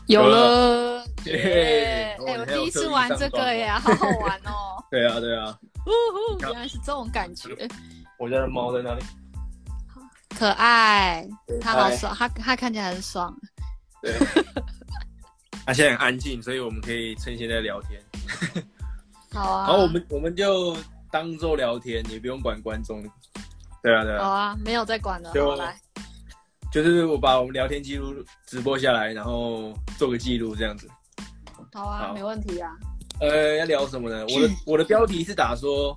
有了， 耶！ 我第一次玩这个耶，好好玩哦。 对啊，对啊。 原来是这种感觉。 我家的猫在哪里？ 可爱，它好爽，它看起来很爽。 对。它现在很安静，所以我们可以趁现在聊天。 好啊。 好，我们就当做聊天，也不用管观众。对啊，对啊。 好啊，没有在管了。好，来。 就是我把我们聊天记录直播下来，然后做个记录这样子。 好啊，好，没问题啊。 要聊什么呢？我的标题是打说，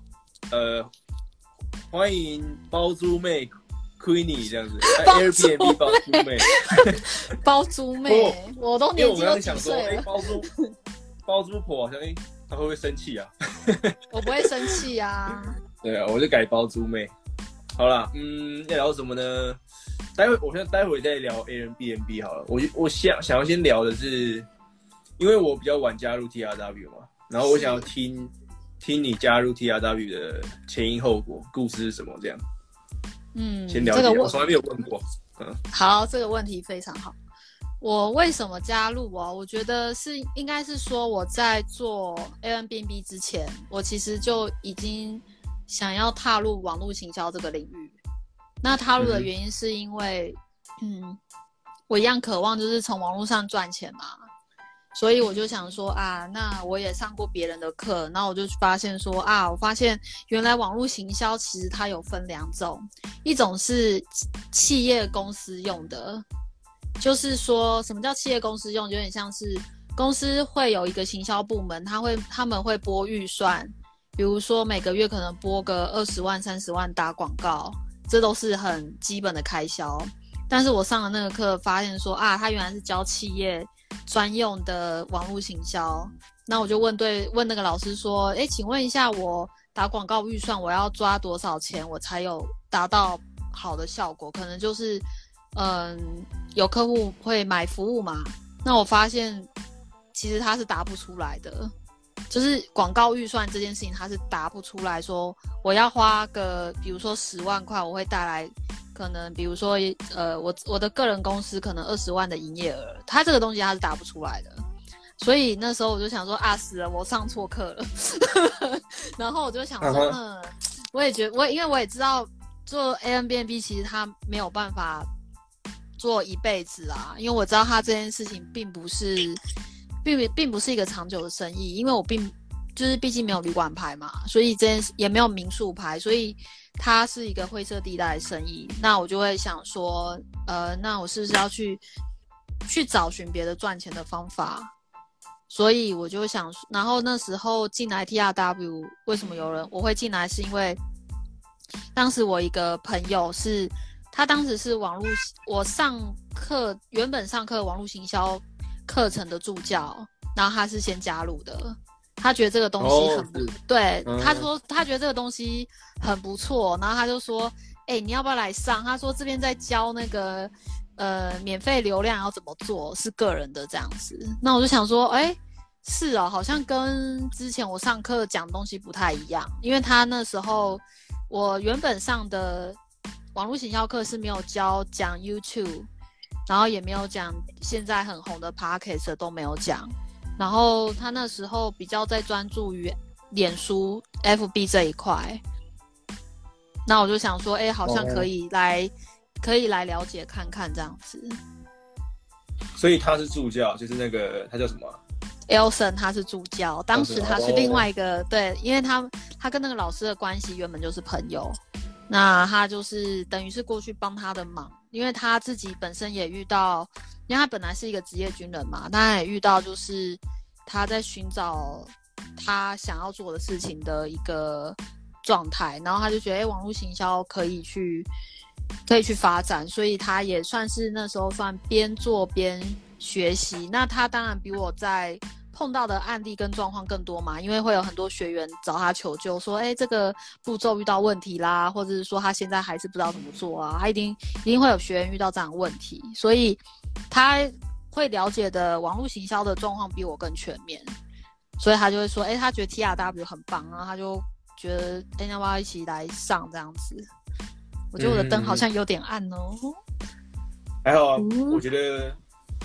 欢迎包租妹 Queenie 这样子，Airbnb 包租妹。 包租妹，我都年纪都几岁了。 包租婆好像她会不会生气啊？ 我不会生气啊。 对啊，我就改包租妹。好啦，要聊什么呢？待会再聊 Airbnb 好了。我想要先聊的是，因为我比较晚加入 TRW 嘛，然后我想要听你加入 TRW 的前因后果，故事是什么这样。先了解，我从来没有问过。 好，这个问题非常好。我为什么加入啊？我觉得应该是说我在做 Airbnb 之前，我其实就已经想要踏入网络行销这个领域。那踏入的原因是因为，我一样渴望就是从网络上赚钱嘛，所以我就想说啊，那我也上过别人的课，那我就发现说啊，我发现原来网络行销其实它有分两种，一种是企业公司用的，就是说什么叫企业公司用，有点像是公司会有一个行销部门，他们会拨预算，比如说每个月可能拨个20万、30万打广告。这都是很基本的开销，但是我上了那个课发现说啊，他原来是教企业专用的网络行销。那我就问那个老师说，请问一下，我打广告预算我要抓多少钱我才有达到好的效果？可能就是有客户会买服务嘛，那我发现其实他是答不出来的。就是广告预算这件事情，它是答不出来说我要花个，比如说10万块，我会带来可能，比如说我的个人公司可能20万的营业额，它这个东西它是答不出来的。所以那时候我就想说啊，死了，我上错课了。然后我就想说，我也觉得因为我也知道做 Airbnb 其实它没有办法做一辈子啊，因为我知道它这件事情并不是一个长久的生意，因为我毕竟没有旅馆牌嘛，所以这件事也没有民宿牌，所以它是一个灰色地带的生意。那我就会想说，那我是不是要去找寻别的赚钱的方法？所以我就想，然后那时候进来 TRW， 为什么我会进来？是因为当时我一个朋友他当时是我原本上课网络行销课程的助教，然后他是先加入的，他觉得这个东西对，他说他觉得这个东西很不错，然后他就说，你要不要来上？他说这边在教那个免费流量要怎么做，是个人的这样子。那我就想说，是哦，好像跟之前我上课讲的东西不太一样，因为他那时候我原本上的网络行销课是没有讲 YouTube。然后也没有讲现在很红的 Podcast 都没有讲，然后他那时候比较在专注于脸书 FB 这一块，那我就想说，好像可以来了解看看这样子。 所以他是助教，就是那个他叫什么 ？Elson 他是助教，当时他是另外一个对，因为他跟那个老师的关系原本就是朋友，那他就是等于是过去帮他的忙。因为他自己本身也遇到，因为他本来是一个职业军人嘛，他也遇到就是他在寻找他想要做的事情的一个状态，然后他就觉得网络行销可以去发展，所以他也算是那时候算边做边学习。那他当然比我在碰到的案例跟状况更多嘛，因为会有很多学员找他求救说，这个步骤遇到问题啦，或者是说他现在还是不知道怎么做啊，他一定会有学员遇到这样的问题，所以他会了解的网络行销的状况比我更全面，所以他就会说，他觉得 TRW 很棒啊，他就觉得要不要一起来上这样子。我觉得我的灯好像有点暗哦。 还好啊，我觉得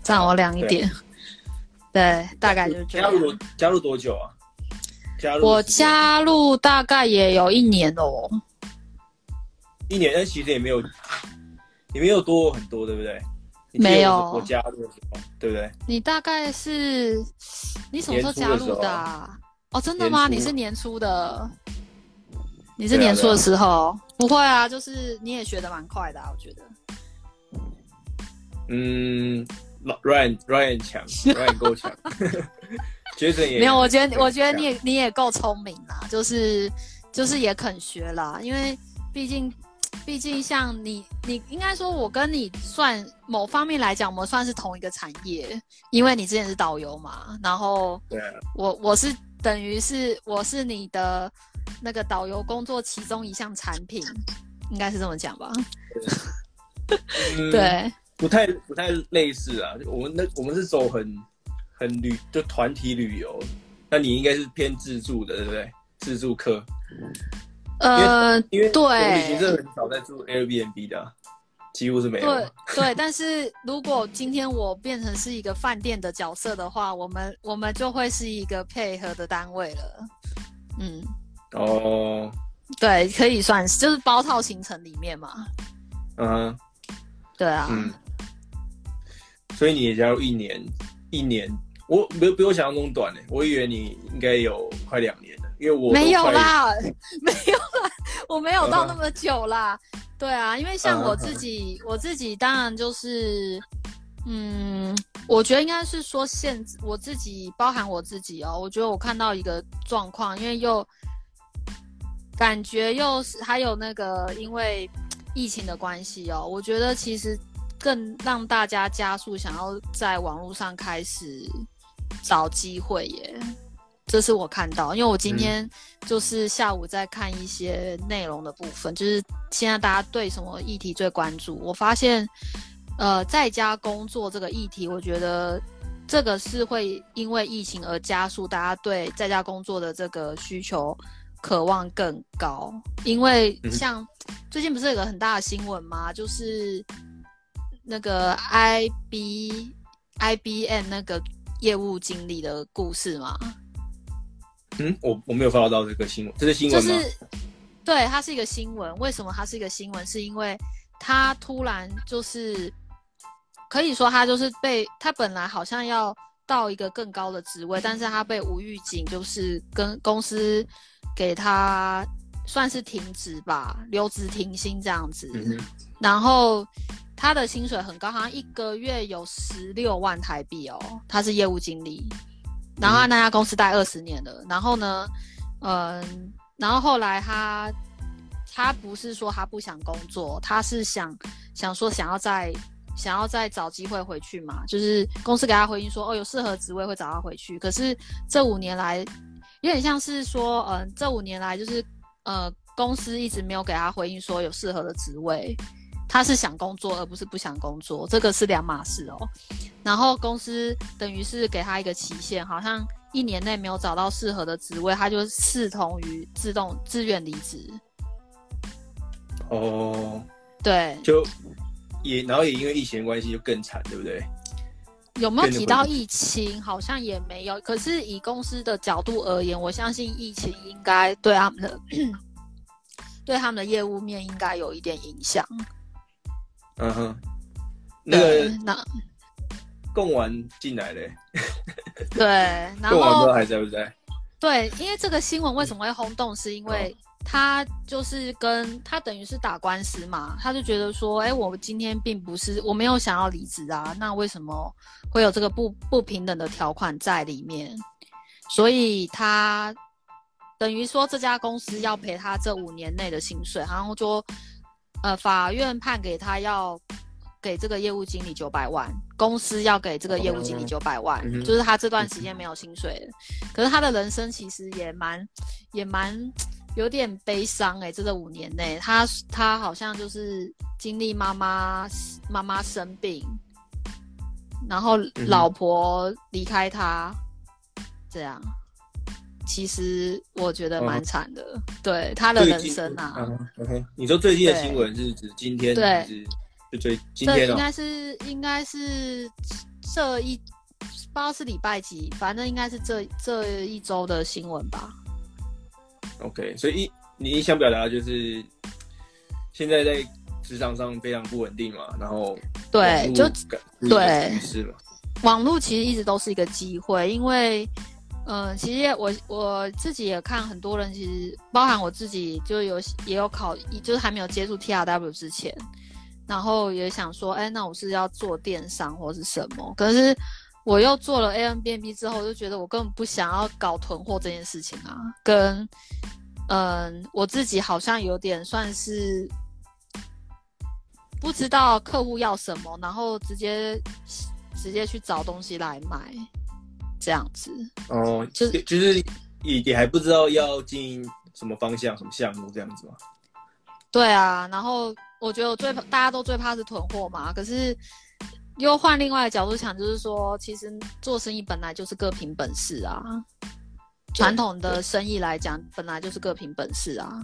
让我亮一点。对，大概就是这样。 加入多久啊？ 我加入大概也有1年哦。 1年，但其实也没有多很多，对不对？ 没有。 我加入的时候，对不对？ 你大概是你什么时候加入的啊？哦，真的吗？你是年初的？你是年初的时候？不会啊，就是你也学得蛮快的啊，我觉得。 Ryan 强，Ryan 够强。Jason 也没有，我觉得你也够聪明啦，就是也肯学啦，因为毕竟像你应该说，我跟你算某方面来讲，我们算是同一个产业，因为你之前是导游嘛，然后对啊， 我是等于是我是你的那个导游工作其中一项产品，应该是这么讲吧？对， 不太类似啊，我们是走很就团体旅游，那你应该是偏自助的，对不对？自助客。因为对，旅行社很少在住 Airbnb 的啊，几乎是没有。 对，但是如果今天我变成是一个饭店的角色的话，我们就会是一个配合的单位了。 哦， 对，可以算是就是包套行程里面嘛。对啊。 所以你也加入1年，我比我想象中短嘞，我以为你应该有快2年了，因为我没有啦，我没有到那么久啦。对啊，因为像我自己当然就是，我觉得应该是说我自己包含我自己哦，我觉得我看到一个状况，因为又感觉又是还有那个因为疫情的关系哦，我觉得其实更让大家加速想要在网络上开始找机会耶，这是我看到，因为我今天就是下午在看一些内容的部分，就是现在大家对什么议题最关注，我发现在家工作这个议题，我觉得这个是会因为疫情而加速大家对在家工作的这个需求渴望更高，因为像最近不是有个很大的新闻吗？就是那个 IBM 那个业务经理的故事嘛。 我没有follow到这个新闻，这是新闻吗？ 对，它是一个新闻。为什么它是一个新闻？是因为他突然就是可以说他就是他本来好像要到一个更高的职位，但是他被无预警就是跟公司给他算是停职吧，留职停薪这样子。然后他的薪水很高，好像1个月有16万台币哦。他是业务经理，然后他那家公司待20年了。然后呢，然后后来他不是说他不想工作，他是想说想要再找机会回去嘛，就是公司给他回应说有适合职位会找他回去。可是这5年来，有点像是说，这5年来就是公司一直没有给他回应说有适合的职位。他是想工作而不是不想工作，这个是2码事哦。然后公司等于是给他一个期限，好像1年内没有找到适合的职位，他就视同于自愿离职。对， 然后也因为疫情的关系就更惨，对不对？ 有没有提到疫情？好像也没有。可是以公司的角度而言，我相信疫情应该对他们的对他们的业务面应该有一点影响。 那贡丸进来了。 对，然后贡丸不知道还在不在？ 对，因为这个新闻为什么会轰动，是因为他就是他等于是打官司嘛，他就觉得说，我今天并不是我没有想要离职啊，那为什么会有这个不平等的条款在里面？所以他等于说这家公司要赔他这5年内的薪水，然后就法院判给他要给这个业务经理900万，公司要给这个业务经理900万，就是他这段时间没有薪水了。可是他的人生其实也蛮有点悲伤这5年内，他好像就是经历妈妈生病，然后老婆离开他，这样。其实我觉得蛮惨的，对他的人生啊。 你说最近的新闻是指今天？ 对， 就今天应该是不知道是礼拜几，反正应该是这一周的新闻吧。 OK， 所以你想表达的就是现在在职场上非常不稳定嘛，然后对，就对， 是嘛。 网络其实一直都是一个机会，因为其实我自己也看很多人，其实包含我自己就也有考，就是还没有接触 TRW 之前，然后也想说，那我是要做电商或是什么？可是我又做了 Airbnb 之后，就觉得我根本不想要搞囤货这件事情啊，跟我自己好像有点算是不知道客户要什么，然后直接去找东西来买。这样子哦，就是也还不知道要进什么方向、什么项目这样子吗？ 对啊，然后我觉得大家都最怕是囤货嘛，可是又换另外的角度想，就是说，其实做生意本来就是各凭本事啊。传统的生意来讲，本来就是各凭本事啊。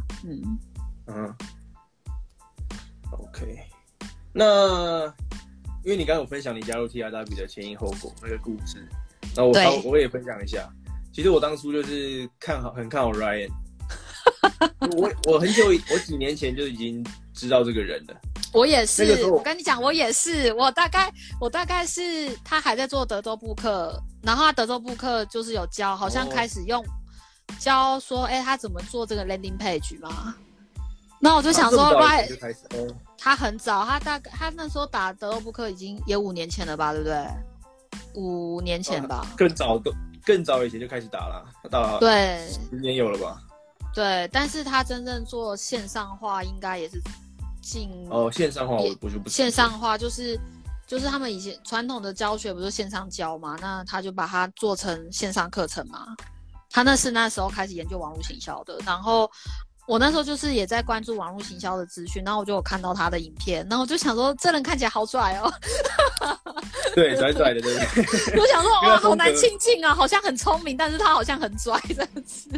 OK， 那因为你刚刚有分享你加入 TRW 的前因后果那个故事。那我也分享一下，其实我当初就是很看好 Ryan， 我几年前就已经知道这个人了。 我也是，那个我跟你讲，我也是，我大概是他还在做德州扑克，然后他德州扑克就是有教，好像开始教说，他怎么做这个 landing page 嘛。那我就想说 ，Ryan 他很早，他那时候打德州扑克已经也5年前了吧，对不对？5年前吧， 更早以前就开始打了，他打了对 10年有了吧？ 对，但是他真正做线上化应该也是线上化我就不线上化就是他们以前传统的教学不是线上教嘛，那他就把它做成线上课程嘛。他那时候开始研究网络行销的，然后我那时候就是也在关注网络行销的资讯，然后我就有看到他的影片，然后我就想说这人看起来好拽哦。 对，拽拽的，对不对？ 我想说哇，好难亲近啊，好像很聪明，但是他好像很拽这样子。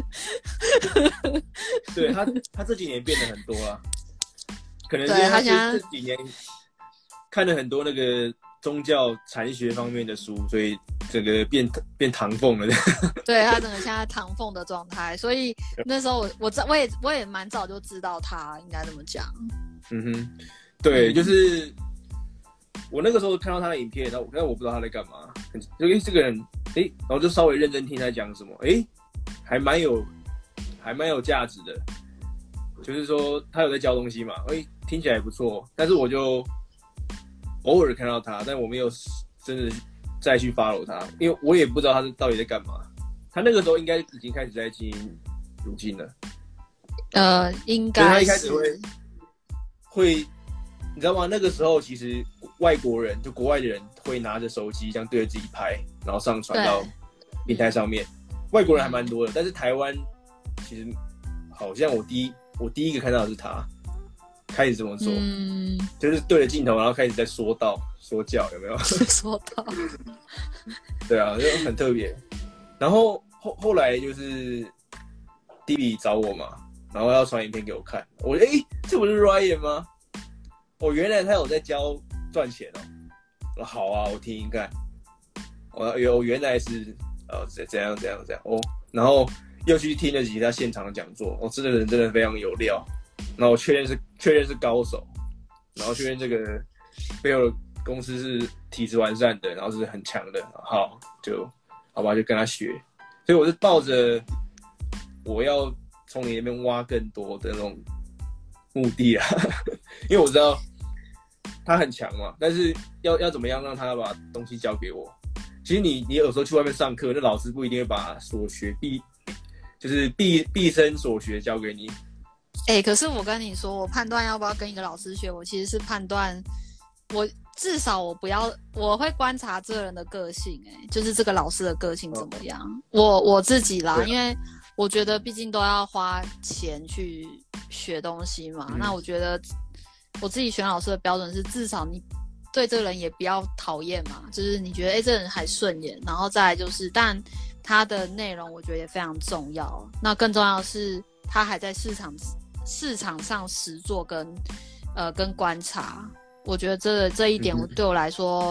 对，他这几年变得很多了，可能是他这几年看了很多那个宗教禅学方面的书，所以整个变唐凤了。 对，他整个现在唐凤的状态，所以那时候我也蛮早就知道他，应该这么讲。 对，就是我那个时候看到他的影片，但我不知道他在干嘛，就这个人然后就稍微认真听他讲什么，还蛮有价值的，就是说他有在教东西嘛，听起来也不错，但是我就偶尔看到他，但我没有真的再去 follow 他，因为我也不知道他到底在干嘛。他那个时候应该已经开始在经营乳精了， 应该是。 他一开始会，你知道吗？那个时候其实外国人就国外的人会拿着手机这样对着自己拍，然后上传到平台上面。外国人还蛮多的，但是台湾其实好像我第一个看到的是他开始这么做，就是对着镜头，然后开始在说教，有没有？ 说道。 对啊，就很特别。然后后来就是弟弟找我嘛，然后要传影片给我看，我这不是 Ryan 吗？原来他有在教赚钱哦。我说好啊，我听听看。原来是怎样然后又去听了几他现场的讲座，这个人真的非常有料。然后确认是高手，然后确认这个背后的公司是体制完善的，然后是很强的，好吧，就跟他学。所以我是抱着我要从你那边挖更多的那种目的啊，因为我知道他很强嘛，但是要怎么样让他把东西交给我？其实你有时候去外面上课，那老师不一定会把所学毕生所学交给你。 可是我跟你说，我判断要不要跟一个老师学，我其实是判断至少我会观察这个人的个性，就是这个老师的个性怎么样。我自己啦，因为我觉得毕竟都要花钱去学东西嘛。那我觉得我自己选老师的标准是，至少你对这个人也不要讨厌嘛，就是你觉得这个人还顺眼，然后再来就是，但他的内容我觉得也非常重要。那更重要的是，他还在市场上实作跟观察。我觉得这一点对我来说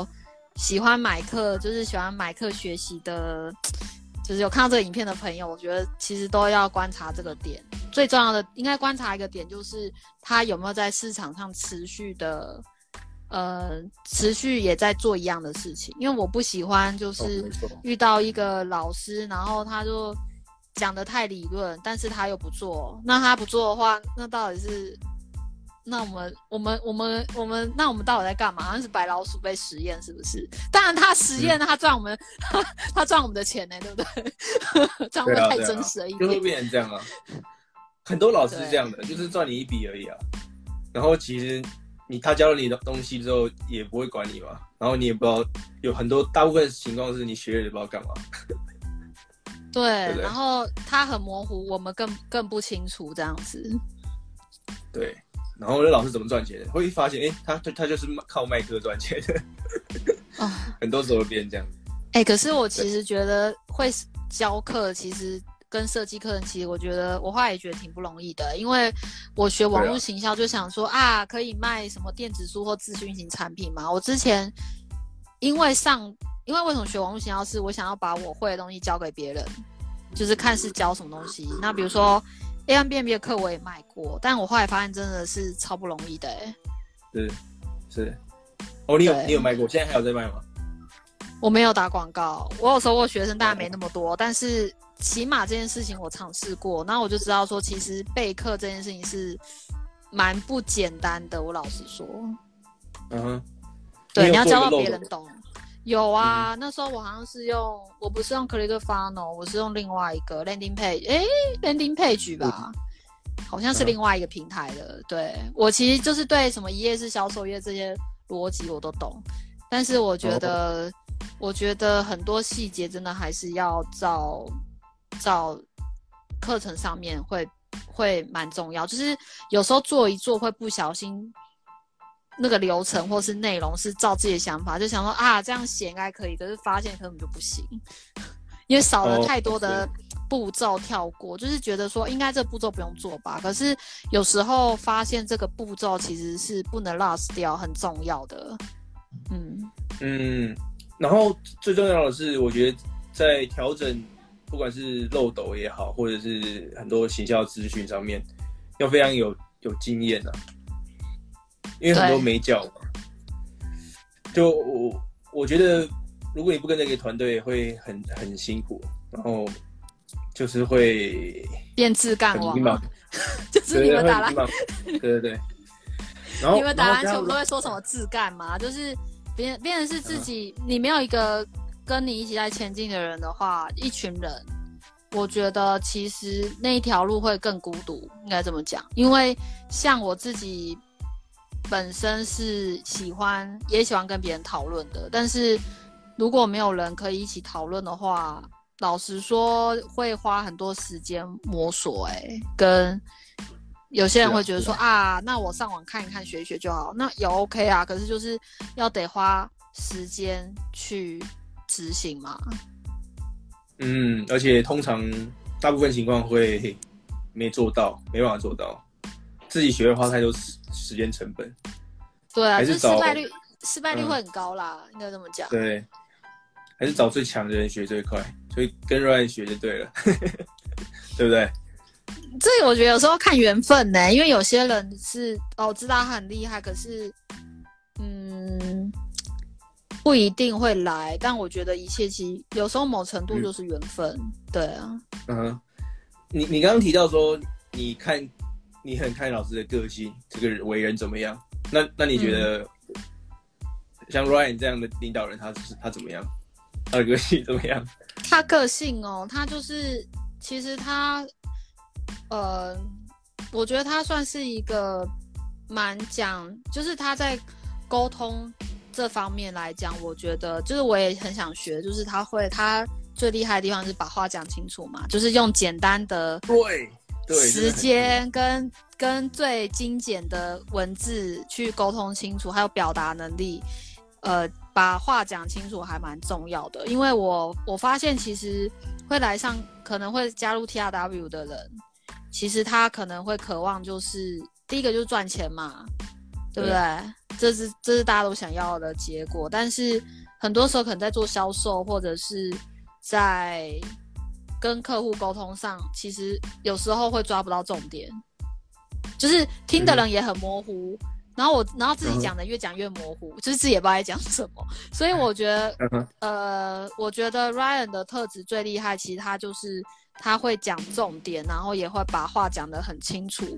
喜欢买课，就是喜欢买课学习的，就是有看到这个影片的朋友，我觉得其实都要观察这个点。最重要的应该观察一个点，就是他有没有在市场上持续也在做一样的事情。因为我不喜欢就是遇到一个老师，然后他就讲得太理论，但是他又不做。那他不做的话，那到底是？那我们那我们到底在干嘛？那是白老鼠被实验是不是？当然他实验，他赚我们他赚我们的钱呢，对不对？这样会太真实了一点， 就会变成这样啊。很多老师是这样的，就是赚你一笔而已啊。然后其实他教了你的东西之后，也不会管你嘛。然后你也不知道，有很多大部分情况是你学了也不知道干嘛。 对，然后他很模糊，我们更不清楚这样子。 对。然后那老师怎么赚钱的？会发现，他就是靠卖课赚钱的。很多时候会变这样。 可是我其实觉得会教课，其实跟设计课程，其实我觉得我后来也觉得挺不容易的，因为我学网络行销就想说可以卖什么电子书或资讯型产品嘛。我之前因为为什么学网络行销是我想要把我会的东西教给别人，就是看是教什么东西。那比如说。Airbnb 的课我也卖过，但我后来发现真的是超不容易的是。你有卖过？现在还有在卖吗？ 我没有打广告，我有收过学生，当然没那么多，但是起码这件事情我尝试过，那我就知道说，其实备课这件事情是蛮不简单的。我老实说，对，你要教到别人懂。有啊，那时候我好像是我不是用 ClickFunnels， 我是用另外一个 landing page，landing page 吧，好像是另外一个平台的。对，我其实就是对什么一页式销售页这些逻辑我都懂，但是我觉得很多细节真的还是要照课程上面会蛮重要，就是有时候做一做会不小心。那个流程或是内容是照自己的想法，就想说这样写应该可以，可是发现根本就不行，因为少了太多的步骤跳过，就是觉得说应该这步骤不用做吧，可是有时候发现这个步骤其实是不能 lost 掉，很重要的。 然后最重要的是，我觉得在调整不管是漏斗也好，或者是很多行销资讯上面，要非常有经验啊。因为很多没教嘛，就我觉得，如果你不跟这个团队，会很辛苦，然后就是会变自干王，就是你们打篮， 对。然后你们打篮球不都会说什么自干嘛？就是变成是自己，你没有一个跟你一起在前进的人的话，一群人，我觉得其实那一条路会更孤独，应该这么讲。因为像我自己。本身是也喜欢跟别人讨论的，但是如果没有人可以一起讨论的话，老实说会花很多时间摸索。跟有些人会觉得说那我上网看一看学一学就好，那也 OK 啊，可是就是要得花时间去执行嘛。 而且通常大部分情况会没办法做到。自己学会花太多时间成本， 对啊，就是失败率会很高啦，应该这么讲。 对，还是找最强的人学最快，所以跟 Ryan 学就对了，对不对？ 这个我觉得有时候看缘分呢，因为有些人是知道他很厉害，可是不一定会来。但我觉得一切其实有时候某程度就是缘分，对啊。 你刚刚提到说你很看老师的个性，这个为人怎么样？那你觉得像 Ryan 这样的领导人，他怎么样？他的个性怎么样？ 他个性他就是其实他我觉得他算是一个蛮讲，就是他在沟通这方面来讲，我觉得就是我也很想学，就是他最厉害的地方是把话讲清楚嘛，就是用简单的时间跟最精简的文字去沟通清楚，还有表达能力，把话讲清楚还蛮重要的。因为我发现其实可能会加入 TRW 的人，其实他可能会渴望就是第一个就是赚钱嘛，对不对？这是大家都想要的结果，但是很多时候可能在做销售或者是在跟客户沟通上，其实有时候会抓不到重点，就是听的人也很模糊。然后自己讲的越讲越模糊，就是自己也不知道在讲什么。所以我觉得，我觉得 Ryan 的特质最厉害，其实他就是他会讲重点，然后也会把话讲得很清楚。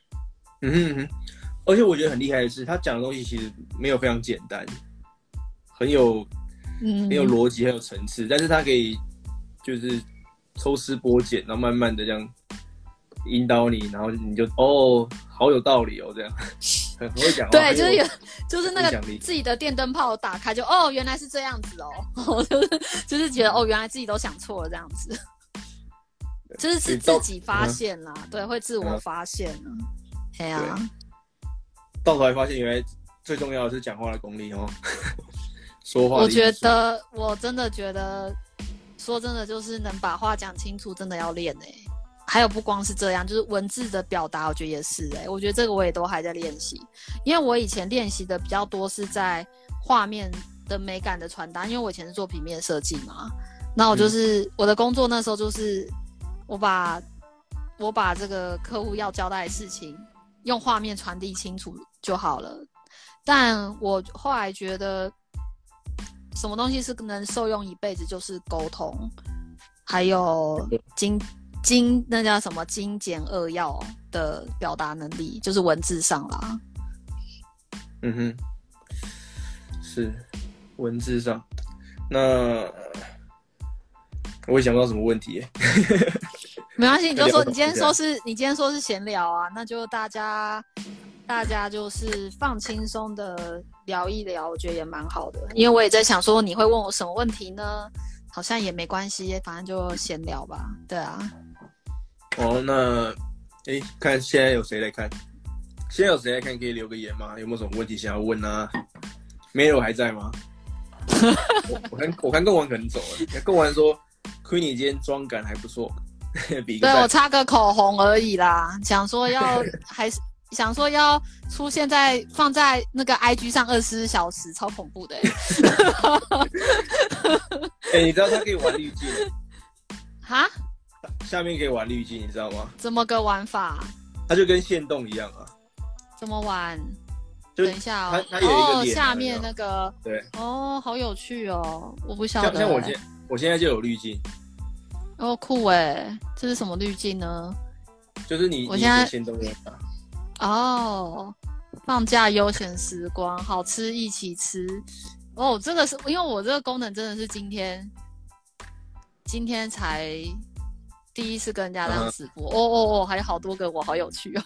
而且我觉得很厉害的是，他讲的东西其实没有非常简单，很有逻辑，很有层次，但是他可以就是抽丝剥茧，然后慢慢的这样引导你，然后你就好有道理哦，这样。很会讲话， 对，就是那个自己的电灯泡打开就原来是这样子就是觉得原来自己都想错了这样子，就是自己发现啦，对，会自我发现了，对啊， 到头来发现原来最重要的是讲话的功力说话的。 我真的觉得，说真的，就是能把话讲清楚，真的要练还有不光是这样，就是文字的表达，我觉得也是我觉得这个我也都还在练习，因为我以前练习的比较多是在画面的美感的传达，因为我以前是做平面设计嘛，那我就是我的工作那时候就是我把这个客户要交代的事情用画面传递清楚就好了，但我后来觉得什么东西是能受用一辈子，就是沟通，还有那叫什么精简扼要的表达能力，就是文字上啦。 是文字上。那我也想不到什么问题没关系，你就说你今天说是闲聊啊，那就大家就是放轻松的聊一聊，我觉得也蛮好的。因为我也在想说你会问我什么问题呢？好像也没关系，反正就闲聊吧。对啊。 那看现在有谁来看？现在有谁来看？可以留个言吗？有没有什么问题想要问啊 ？Melo 还在吗？我看贡丸可能走了。贡丸说 ，Queenie 今天妆感还不错，比个赞。 对，我擦个口红而已啦，想说要出现放在那个 IG 上24小时，超恐怖的你知道他可以玩滤镜哈？ 下面可以玩滤镜，你知道吗？ 怎么个玩法？ 它就跟限动一样啊。 怎么玩？ 等一下它有一个脸下面那个对好有趣哦，我不晓得。 像我现在就有滤镜。 酷这是什么滤镜呢？ 就是我现在限动用的。 放假悠闲时光，好吃一起吃。这个是因为我这个功能真的是今天才第一次跟人家这样直播。还有好多个，我好有趣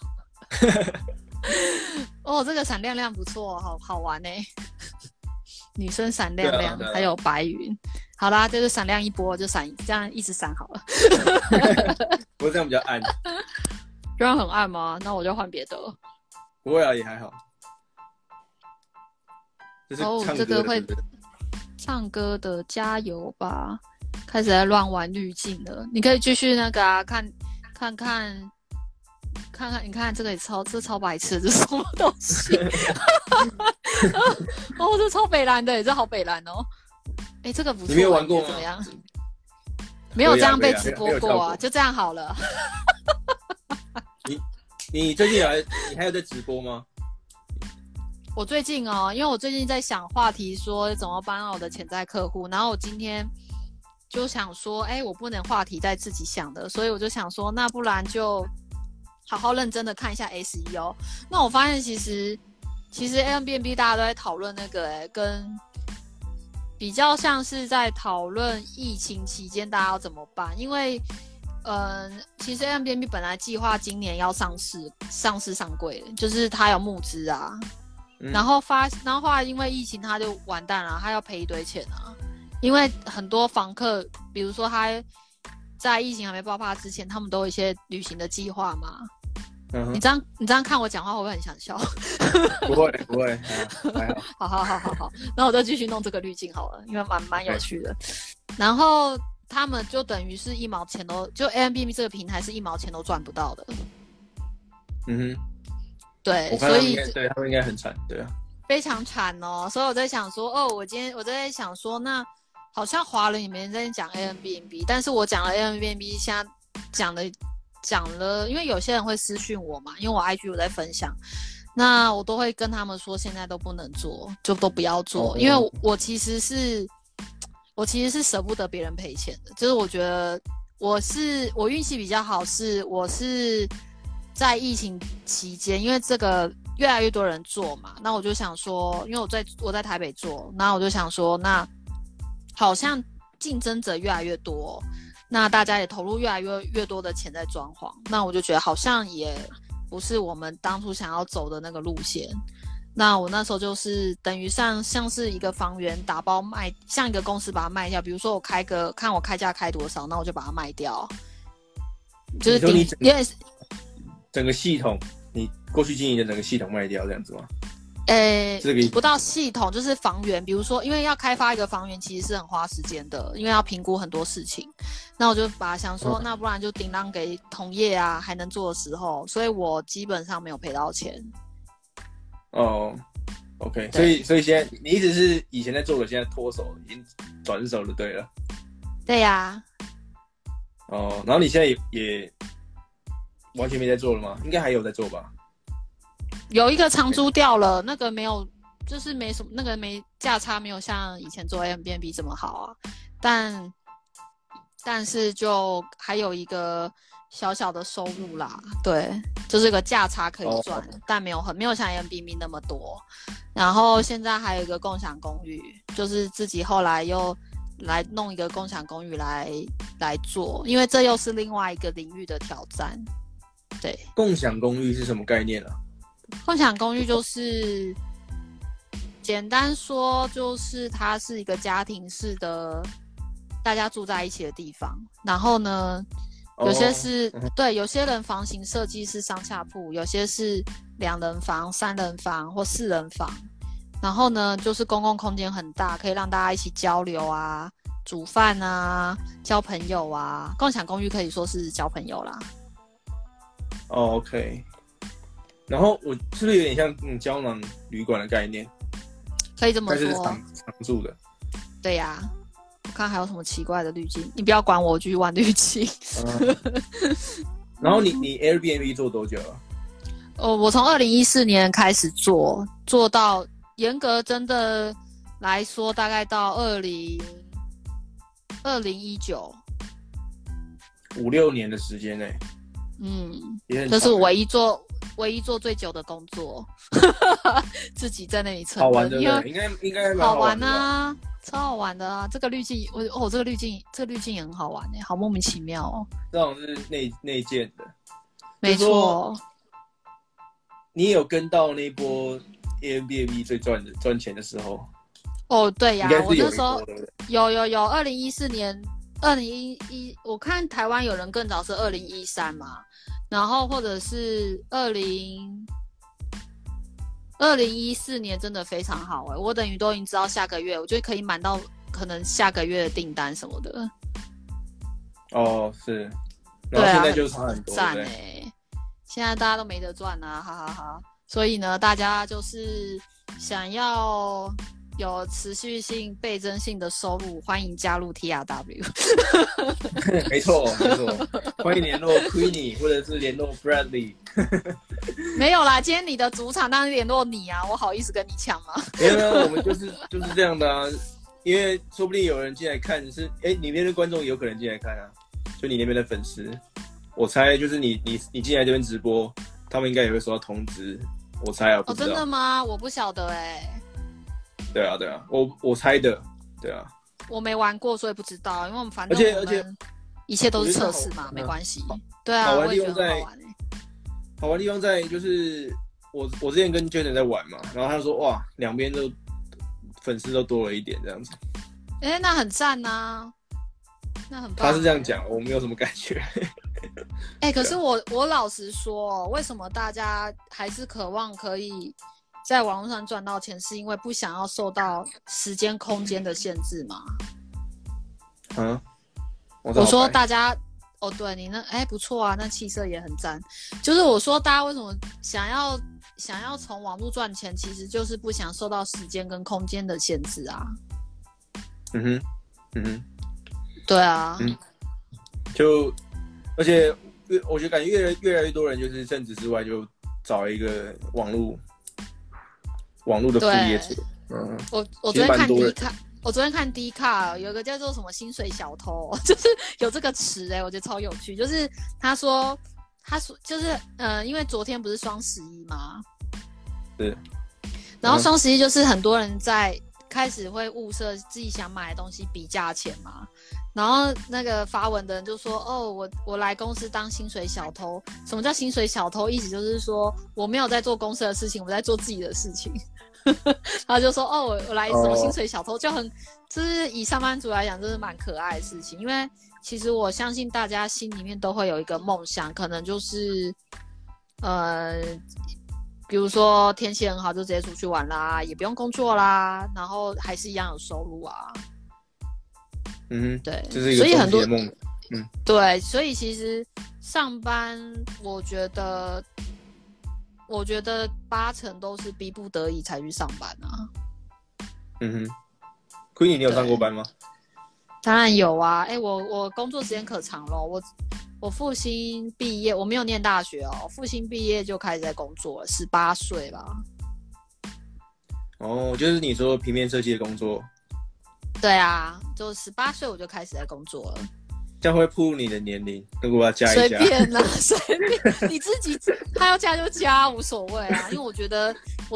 这个闪亮亮不错，好玩女生闪亮亮，还有白云。好啦，就是闪亮一波就闪，这样一直闪好了。 不过这样比较暗。 这样很暗吗？那我就换别的。 不会啊，也还好。 这个会唱歌的，加油吧！开始在乱玩滤镜了，你可以继续那个看，你看这个也超白痴，这是什么东西？这超北蓝的，这好北蓝哦。这个不错， 你没有玩过吗？ 怎么样？没有这样被直播过啊，就这样好了。 你最近你还有在直播吗？ 我最近因为我最近在想话题，说怎么帮到我的潜在客户，然后我今天就想说，我不能话题在自己想的，所以我就想说，那不然就好好认真的看一下 SEO。那我发现其实 Airbnb 大家都在讨论那个跟比较像是在讨论疫情期间大家要怎么办，因为其实 Airbnb 本来计划今年要上市上柜，就是它有募资啊，然后后来因为疫情它就完蛋了，它要赔一堆钱啊，因为很多房客，比如说他在疫情还没爆发之前，他们都有一些旅行的计划嘛。你这样看我讲话会不会很想笑？ 不会，还好。 好，那我就继续弄这个滤镜好了，因为蛮有趣的。然后他们就等于是1毛钱就 Airbnb 这个平台是1毛钱都赚不到的。 嗯哼， 对， 所以对他们应该很惨，对啊。 非常惨哦。所以我在想说，我今天我在想说，那好像华人也没人在讲 Airbnb， 但是我讲了 Airbnb， 现在讲了，因为有些人会私讯我嘛，因为我 IG 有在分享，那我都会跟他们说，现在都不能做，就都不要做，因为我其实是舍不得别人赔钱的，就是我觉得我运气比较好，我是在疫情期间，因为这个越来越多人做嘛，那我就想说，因为我在台北做，那我就想说，那好像竞争者越来越多，那大家也投入越来越多的钱在装潢，那我就觉得好像也不是我们当初想要走的那个路线。那我那时候就是等于像是一个房源打包卖，像一个公司把它卖掉，比如说看我开价开多少，那我就把它卖掉，就是因为整个系统，你过去经营的整个系统卖掉这样子吗？不到系统，就是房源，比如说因为要开发一个房源其实是很花时间的，因为要评估很多事情，那我就把它想说，那不然就顶让给同业啊还能做的时候，所以我基本上没有赔到钱。 哦 ，OK， 所以现在你一直是以前在做的，现在脱手，已经转手了，对了。 对呀。 哦，然后你现在也完全没在做了吗？应该还有在做吧？ 有一个长租掉了，那个没有，就是没什么，那个价差没有像以前做 Airbnb 这么好啊，但是就还有一个小小的收入啦，对，就是个价差可以赚，但没有像 Airbnb 那么多。然后现在还有一个共享公寓，就是自己后来又来弄一个共享公寓来做，因为这又是另外一个领域的挑战。对， 共享公寓是什么概念啊？ 共享公寓就是简单说，就是它是一个家庭式的，大家住在一起的地方。然后呢，有些是对，有些人房型设计是上下铺，有些是2人房、3人房或4人房。然后呢，就是公共空间很大，可以让大家一起交流啊、煮饭啊、交朋友啊。共享公寓可以说是交朋友啦。 OK。然后我是不是有点像胶囊旅馆的概念？ 可以这么说。 但是常住的。 对呀。我看还有什么奇怪的滤镜，你不要管我，我继续玩滤镜。 然后你 Airbnb 做多久了？ 我从2014年开始做到严格真的来说，大概到2019。 5-6年的时间内。 这是我唯一做最久的工作。自己在那里撑。 好玩的，应该蛮好玩的。 好玩啊，超好玩的啊！这个滤镜，这个滤镜也很好玩耶，好莫名其妙哦。 这种是内建的。 没错。 你也有跟到那一波 Airbnb 最赚钱的时候？ 哦，对呀，我那时候有2014年，2011，我看台湾有人更早是2013嘛，然后或者是2014年真的非常好哎，我等于都已经知道下个月，我就可以满到可能下个月的订单什么的。 哦，是，然后现在就差很多， 赞哎！现在大家都没得赚啊，哈哈哈。所以呢，大家就是想要有持续性、倍增性的收入，欢迎加入 TRW。 没错，欢迎联络 Queenie 或者是联络 Bradley。 没有啦，今天你的主场当然联络你啊，我好意思跟你抢吗？ 没有，我们就是这样的啊，因为说不定有人进来看是，你那边的观众也有可能进来看啊，就你那边的粉丝，我猜就是你进来这边直播，他们应该也会收到通知，我猜啊。 真的吗？我不晓得对啊，我猜的，对啊。 我没玩过，所以不知道，因为我们反正而且一切都是测试嘛，没关系。对啊，我也觉得好玩好玩的地方在就是我之前跟 Jason 在玩嘛，然后他说哇，两边都粉丝都多了一点这样子。 那很赞啊，那很棒。 他是这样讲，我没有什么感觉。 可是我老实说，为什么大家还是渴望可以在网络上赚到钱，是因为不想要受到时间空间的限制吗？ 我说大家哦，对你那不错啊，那气色也很赞。就是我说大家为什么想要从网络赚钱，其实就是不想受到时间跟空间的限制啊。 嗯哼，嗯哼， 对啊， 就而且我觉得感觉越来越多人就是正职之外就找一个网络的副业者。 我昨天看D 卡，有一个叫做什么薪水小偷，就是有这个词我觉得超有趣。就是他说就是因为昨天不是双11吗？ 是。 然后双11就是很多人在开始会物色自己想买的东西比价钱嘛。然后那个发文的人就说：“哦，我来公司当薪水小偷。什么叫薪水小偷？意思就是说我没有在做公司的事情，我在做自己的事情。”他就说：“哦，我来什么薪水小偷，就是以上班族来讲，这是蛮可爱的事情。因为其实我相信大家心里面都会有一个梦想，可能就是比如说天气很好就直接出去玩啦，也不用工作啦，然后还是一样有收入啊。”对， 这是一个终极的梦。 对，所以其实上班，我觉得80%都是逼不得已才去上班啊。 Queenie， 你有上过班吗？ 当然有啊，我工作时间可长了，我复兴毕业，我没有念大学哦，复兴毕业就开始在工作了，18岁吧。 哦，就是你说平面设计的工作。 对啊，就18岁我就开始在工作了。 这样会暴露你的年龄，如果要加一加。 随便啊，随便，你自己他要加就加，无所谓啊。因为我觉得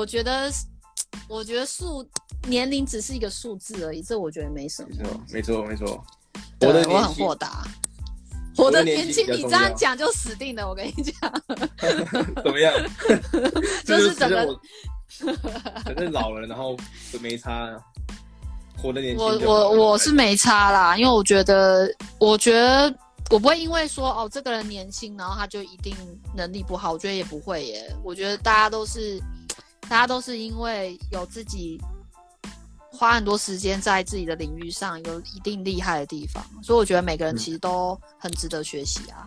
年龄只是一个数字而已，这我觉得没什么。 没错。 我很豁达。我的年轻，你这样讲就死定了，我跟你讲。 怎么样？ 就是整个， 反正老了，然后没差。活得年轻我是没差啦，因为我觉得我不会因为说这个人年轻，然后他就一定能力不好，我觉得也不会耶。我觉得大家都是因为有自己花很多时间在自己的领域上有一定厉害的地方，所以我觉得每个人其实都很值得学习啊。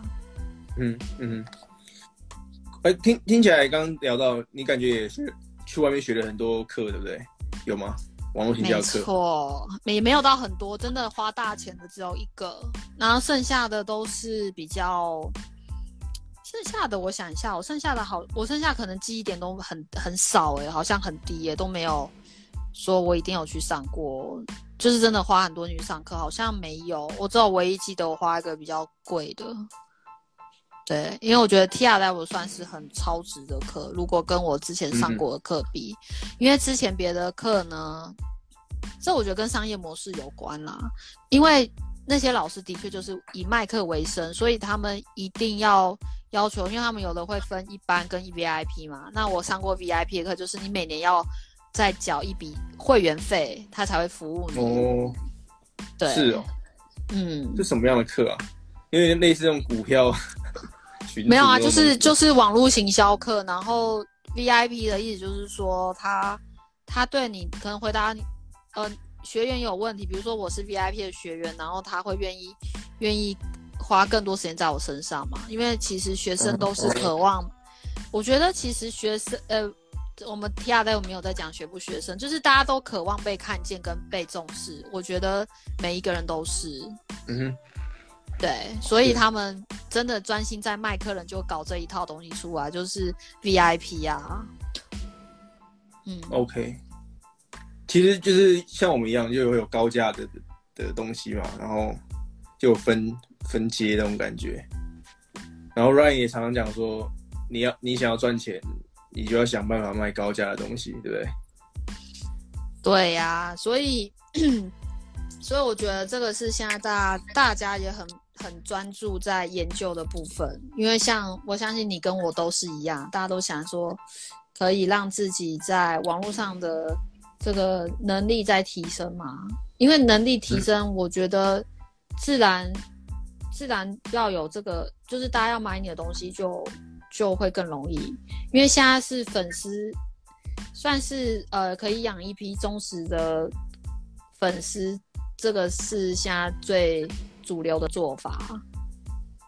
听起来刚刚聊到你感觉也是去外面学了很多课，对不对？有吗？网络行销课？ 没错，也没有到很多，真的花大钱的只有一个，然后剩下的都是比较，剩下的我想一下，我剩下可能记忆点都很少好像很低都没有说我一定有去上过，就是真的花很多去上课，好像没有，我只有唯一记得我花一个比较贵的。对，因为我觉得 TR Level 算是很超值的课，如果跟我之前上过的课比，因为之前别的课呢，这我觉得跟商业模式有关啦，因为那些老师的确就是以卖课为生，所以他们一定要求，因为他们有的会分一般跟 VIP 嘛，那我上过 VIP 的课，就是你每年要再缴一笔会员费，他才会服务你。 哦， 对， 是哦，这什么样的课啊？因为类似这种股票。 没有啊，就是网络行销课，然后 VIP 的意思就是说他对你可能回答你学员有问题，比如说我是 VIP 的学员，然后他会愿意花更多时间在我身上嘛，因为其实学生都是渴望，我觉得其实学生我们 TR 没有在讲学不学生，就是大家都渴望被看见跟被重视，我觉得每一个人都是。对，所以他们真的专心在卖客人，就搞这一套东西出来，就是 VIP 啊。 OK， 其实就是像我们一样，就有高价的东西嘛，然后就有分阶那种感觉。然后 Ryan 也常常讲说，你想要赚钱，你就要想办法卖高价的东西，对不对？对呀，所以我觉得这个是现在大家也很专注在研究的部分，因为像我相信你跟我都是一样，大家都想说可以让自己在网络上的这个能力在提升嘛，因为能力提升，我觉得自然要有这个，就是大家要买你的东西就会更容易，因为现在是粉丝，算是可以养一批忠实的粉丝，这个是现在最主流的做法。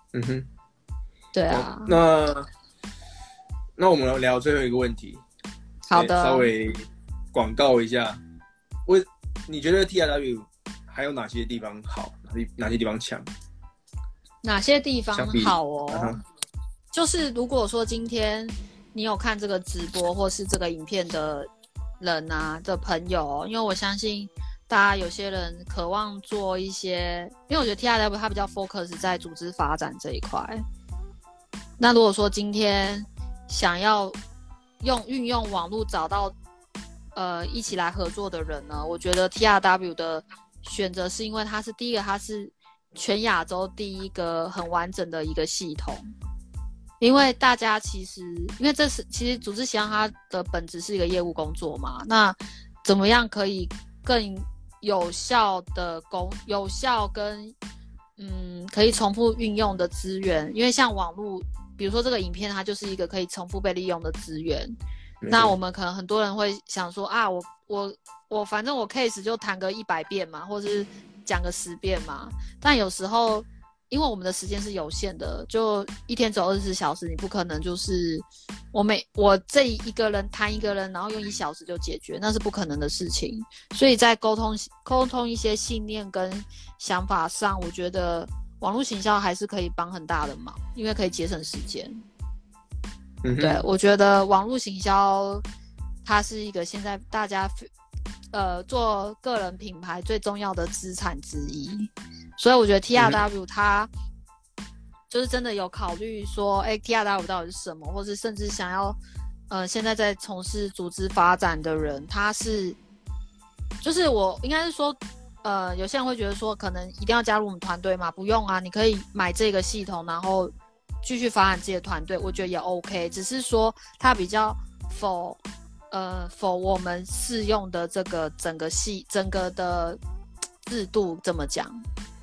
嗯哼， 对啊。 那我们聊最后一个问题。 好的， 稍微广告一下，你觉得 TRW 还有哪些地方好，哪些地方强？ 哪些地方好哦？就是如果说今天你有看这个直播或是这个影片的人啊的朋友，因为我相信大家有些人渴望做一些，因为我觉得 TRW 它比较 focus 在组织发展这一块。那如果说今天想要运用网络找到一起来合作的人呢，我觉得 TRW 的选择是因为它是第一个，它是全亚洲第一个很完整的一个系统。因为大家其实其实组织行销它的本质是一个业务工作嘛，那怎么样可以更有效跟可以重复运用的资源？因为像网络，比如说这个影片，它就是一个可以重复被利用的资源。那我们可能很多人会想说啊，我反正我 case 就谈个100遍嘛，或是讲个10遍嘛。但有时候因为我们的时间是有限的，就一天只有24小时，你不可能就是我这一个人谈一个人，然后用1小时就解决，那是不可能的事情。所以在沟通一些信念跟想法上，我觉得网络行销还是可以帮很大的忙，因为可以节省时间。对，我觉得网络行销它是一个现在大家做个人品牌最重要的资产之一。所以我觉得 TRW 它就是真的有考虑说TRW 到底是什么，或是甚至想要现在在从事组织发展的人，他是就是我应该是说有些人会觉得说可能一定要加入我们团队嘛，不用啊，你可以买这个系统然后继续发展自己的团队，我觉得也 OK， 只是说它比较否我们适用的这个整个的制度怎么讲？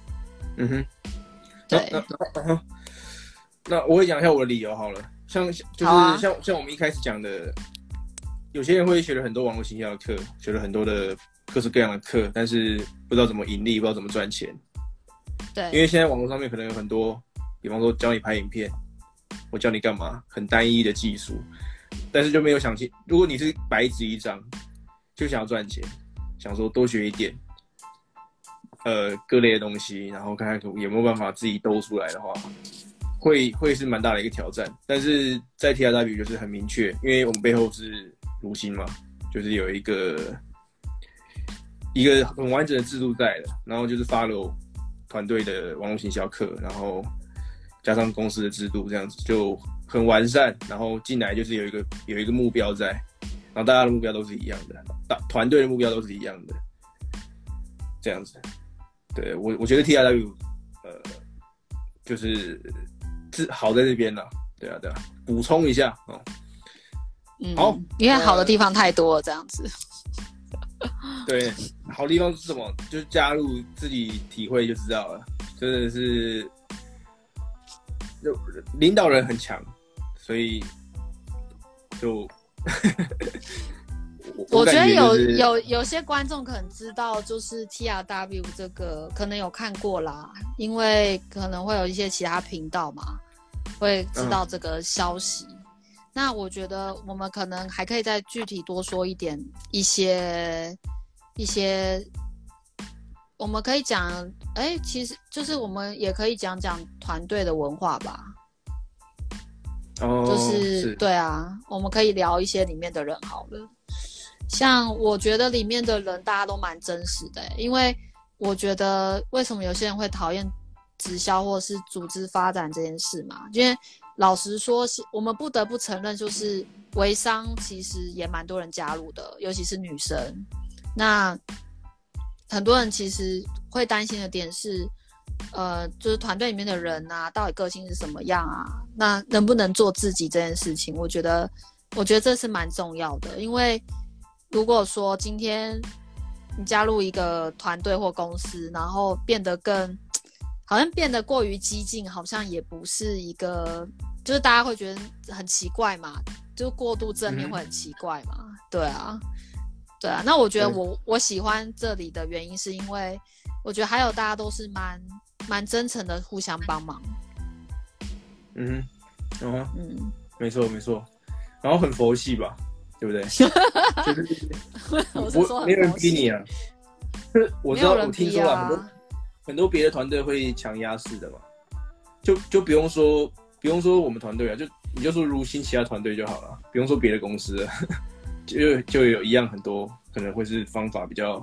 对。 那我会讲一下我的理由好了，像我们一开始讲的，有些人会学了很多网络行销的课，学了很多的各式各样的课，但是不知道怎么盈利，不知道怎么赚钱。 对， 因为现在网络上面可能有很多，比方说教你拍影片，我教你干嘛，很单一的技术，但是就没有想清，如果你是白纸一张，就想要赚钱，想说多学一点，各类的东西，然后看看有没有办法自己兜出来的话，会是蛮大的一个挑战。但是在 TRW 就是很明确，因为我们背后是如新嘛，就是有一个很完整的制度在的，然后就是 follow 团队的网络行销课，然后加上公司的制度，这样子就很完善。然后进来就是有一个目标在，然后大家的目标都是一样的，团队的目标都是一样的，这样子。对，我觉得 TRW 就是好在这边啦，对啊，补充一下哦。好， 因为好的地方太多了，这样子。 对，好的地方是什么？就是加入自己体会就知道了，真的是领导人很强，所以就我觉得有些观众可能知道，就是 TRW 这个可能有看过啦，因为可能会有一些其他频道嘛，会知道这个消息。那我觉得我们可能还可以再具体多说一些，我们可以讲，其实就是我们也可以讲团队的文化吧。就是对啊，我们可以聊一些里面的人好了。像我觉得里面的人大家都蛮真实的，因为我觉得为什么有些人会讨厌直销或是组织发展这件事嘛，因为老实说我们不得不承认，就是微商其实也蛮多人加入的，尤其是女生。那很多人其实会担心的点是就是团队里面的人啊，到底个性是什么样啊，那能不能做自己这件事情，我觉得这是蛮重要的。因为如果说今天你加入一个团队或公司，然后好像变得过于激进，好像也不是一个，就是大家会觉得很奇怪嘛，就过度正面会很奇怪嘛。对啊，那我觉得我喜欢这里的原因是因为我觉得还有大家都是蛮真诚的互相帮忙。 嗯哼，哦， 嗯， 没错没错，然后很佛系吧，对不对？就是我是说没有人很佛系， 逼你啊。就是我知道， 没有人我听说了逼啊。 很多别的团队会强压式的嘛，就不用说我们团队啊，你就说如新其他团队就好了，不用说别的公司了，就有一样很多可能会是方法比较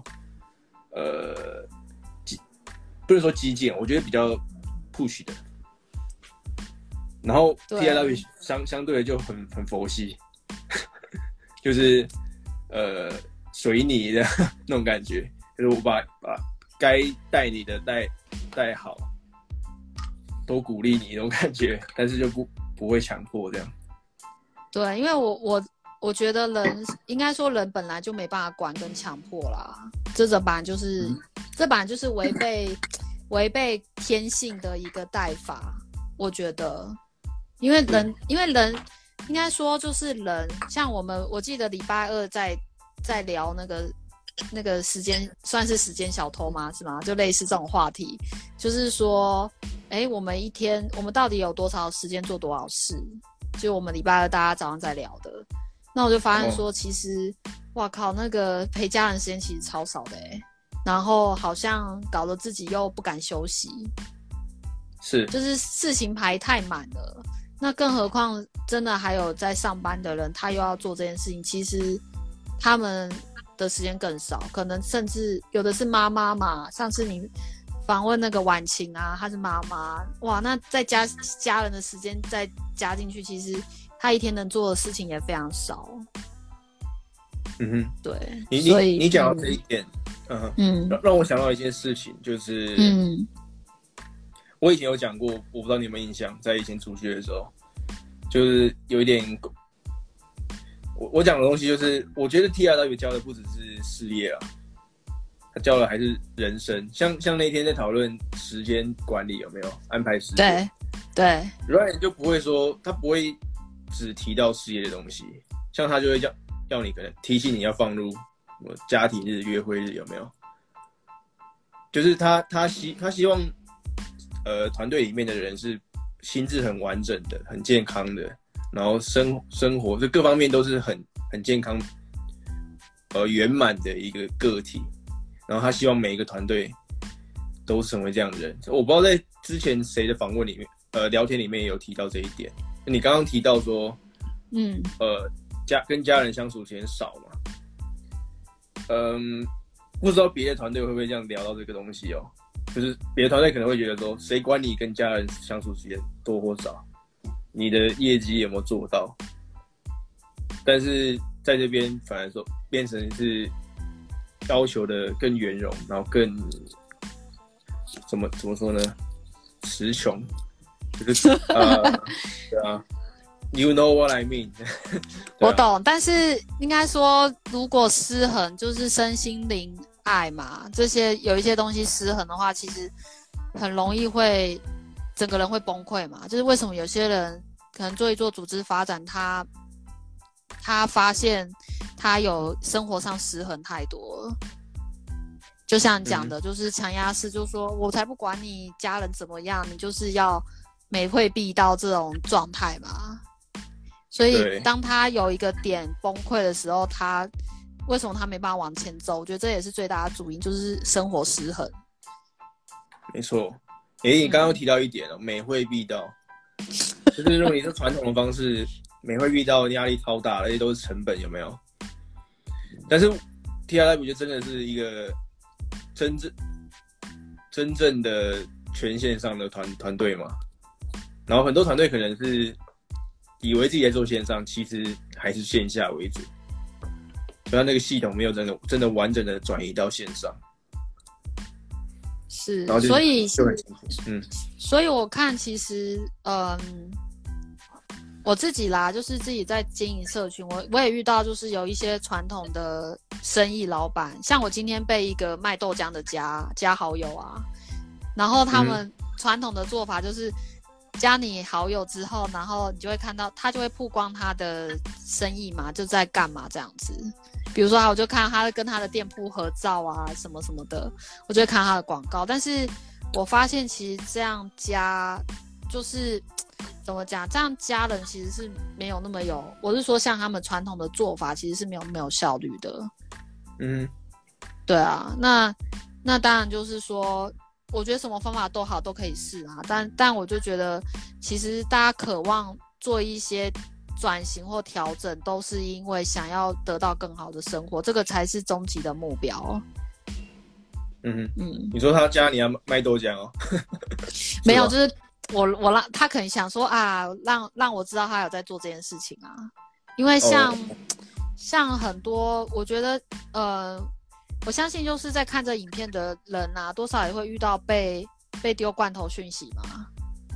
不能说激进，我觉得比较 push 的。然后 TIW 相对的就很佛系，就是随你的那种感觉，就是我把该带你的带好，都鼓励你那种感觉，但是就不会强迫这样。 对，因为我觉得应该说人本来就没办法管跟强迫啦，这本来就是违背天性的一个带法，我觉得，因为人应该说就是人，像我记得礼拜二在聊那个时间，算是时间小偷吗？是吗？就类似这种话题，就是说，我们一天我们到底有多少时间做多少事？就我们礼拜二大家早上在聊的，那我就发现说，其实，哇靠，那个陪家人时间其实超少的然后好像搞得自己又不敢休息，就是事情排太满了。那更何况真的还有在上班的人，他又要做这件事情，其实他们的时间更少，可能甚至有的是妈妈嘛。上次你访问那个婉晴啊，她是妈妈，哇，那再加家人的时间再加进去，其实她一天能做的事情也非常少。 嗯哼， 对， 你讲到这一点，让我想到一件事情，就是我以前有讲过，我不知道你有没有印象，在以前主学的时候，就是有一点，我讲的东西就是，我觉得 TRW 教的不只是事业啊，他教的还是人生。像那天在讨论时间管理有没有安排时间， 对 ，Ryan 就不会说，他不会只提到事业的东西，像他就会要你可能提醒你要放入什么家庭日、约会日有没有？就是他希望团队里面的人是心智很完整的、很健康的，然后生活就各方面都是很健康、圆满的一个个体。然后他希望每一个团队都成为这样的人。我不知道在之前谁的访问里面，聊天里面也有提到这一点。你刚刚提到说，跟家人相处时间少嘛？不知道别的团队会不会这样聊到这个东西哦？就是别的团队可能会觉得说，谁管你跟家人相处时间多或少，你的业绩有没有做到？但是在这边反而说变成是要求的更圆融，然后更怎么说呢？词穷，就是对啊。You know what I mean 我懂，但是应该说，如果失衡，就是身心灵爱嘛，这些有一些东西失衡的话，其实很容易会整个人会崩溃嘛。就是为什么有些人可能做一做组织发展，他发现他有生活上失衡太多了，就像你讲的，就是强压式，就是说我才不管你家人怎么样，你就是要每会必到这种状态嘛。所以当他有一个点崩溃的时候，他为什么他没办法往前走？我觉得这也是最大的主因，就是生活失衡。 没错，你刚刚提到一点哦，每会必到，就是如果你是传统的方式，每会必到压力超大，而且都是成本，有没有？但是 TRW 就真的是一个真正的全线上的团队嘛，然后很多团队可能是以为自己在做线上，其实还是线下为主，所以他那个系统没有真的完整的转移到线上。 是， 然后所以就很辛苦。 所以我看其实我自己啦，就是自己在经营社群，我也遇到就是有一些传统的生意老板，像我今天被一个卖豆浆的加好友啊，然后他们传统的做法就是加你好友之后，然后你就会看到他就会曝光他的生意嘛，就在干嘛这样子。比如说我就看他跟他的店铺合照啊什么什么的，我就会看他的广告。但是我发现其实这样加就是怎么讲？这样家人其实是没有那么有，我是说像他们传统的做法，其实是没有效率的。嗯，对啊，那当然就是说，我觉得什么方法都好，都可以试啊。但我就觉得，其实大家渴望做一些转型或调整，都是因为想要得到更好的生活，这个才是终极的目标。 你说他家你要卖豆浆哦？ 没有，就是我让他可能想说啊，让我知道他有在做这件事情啊，因为像很多，我觉得我相信就是在看这影片的人啊，多少也会遇到被丢罐头讯息嘛。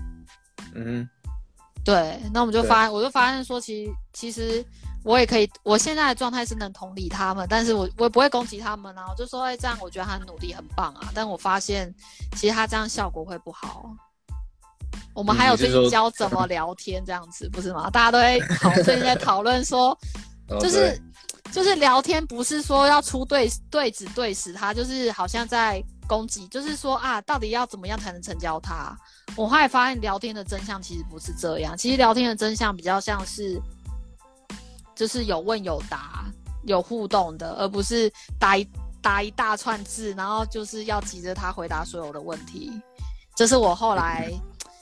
对，那我就发现说，其实我也可以，我现在的状态是能同理他们，但是我也不会攻击他们啊，我就说，这样我觉得他很努力，很棒啊，但我发现其实他这样效果会不好。我们还有最近教怎么聊天这样子，不是吗？大家都会最近在讨论说，就是聊天不是说要出对子对死他，就是好像在攻击，就是说啊，到底要怎么样才能成交他？我后来发现聊天的真相其实不是这样，其实聊天的真相比较像是，就是有问有答、有互动的，而不是打一大串字，然后就是要急着他回答所有的问题。这是我后来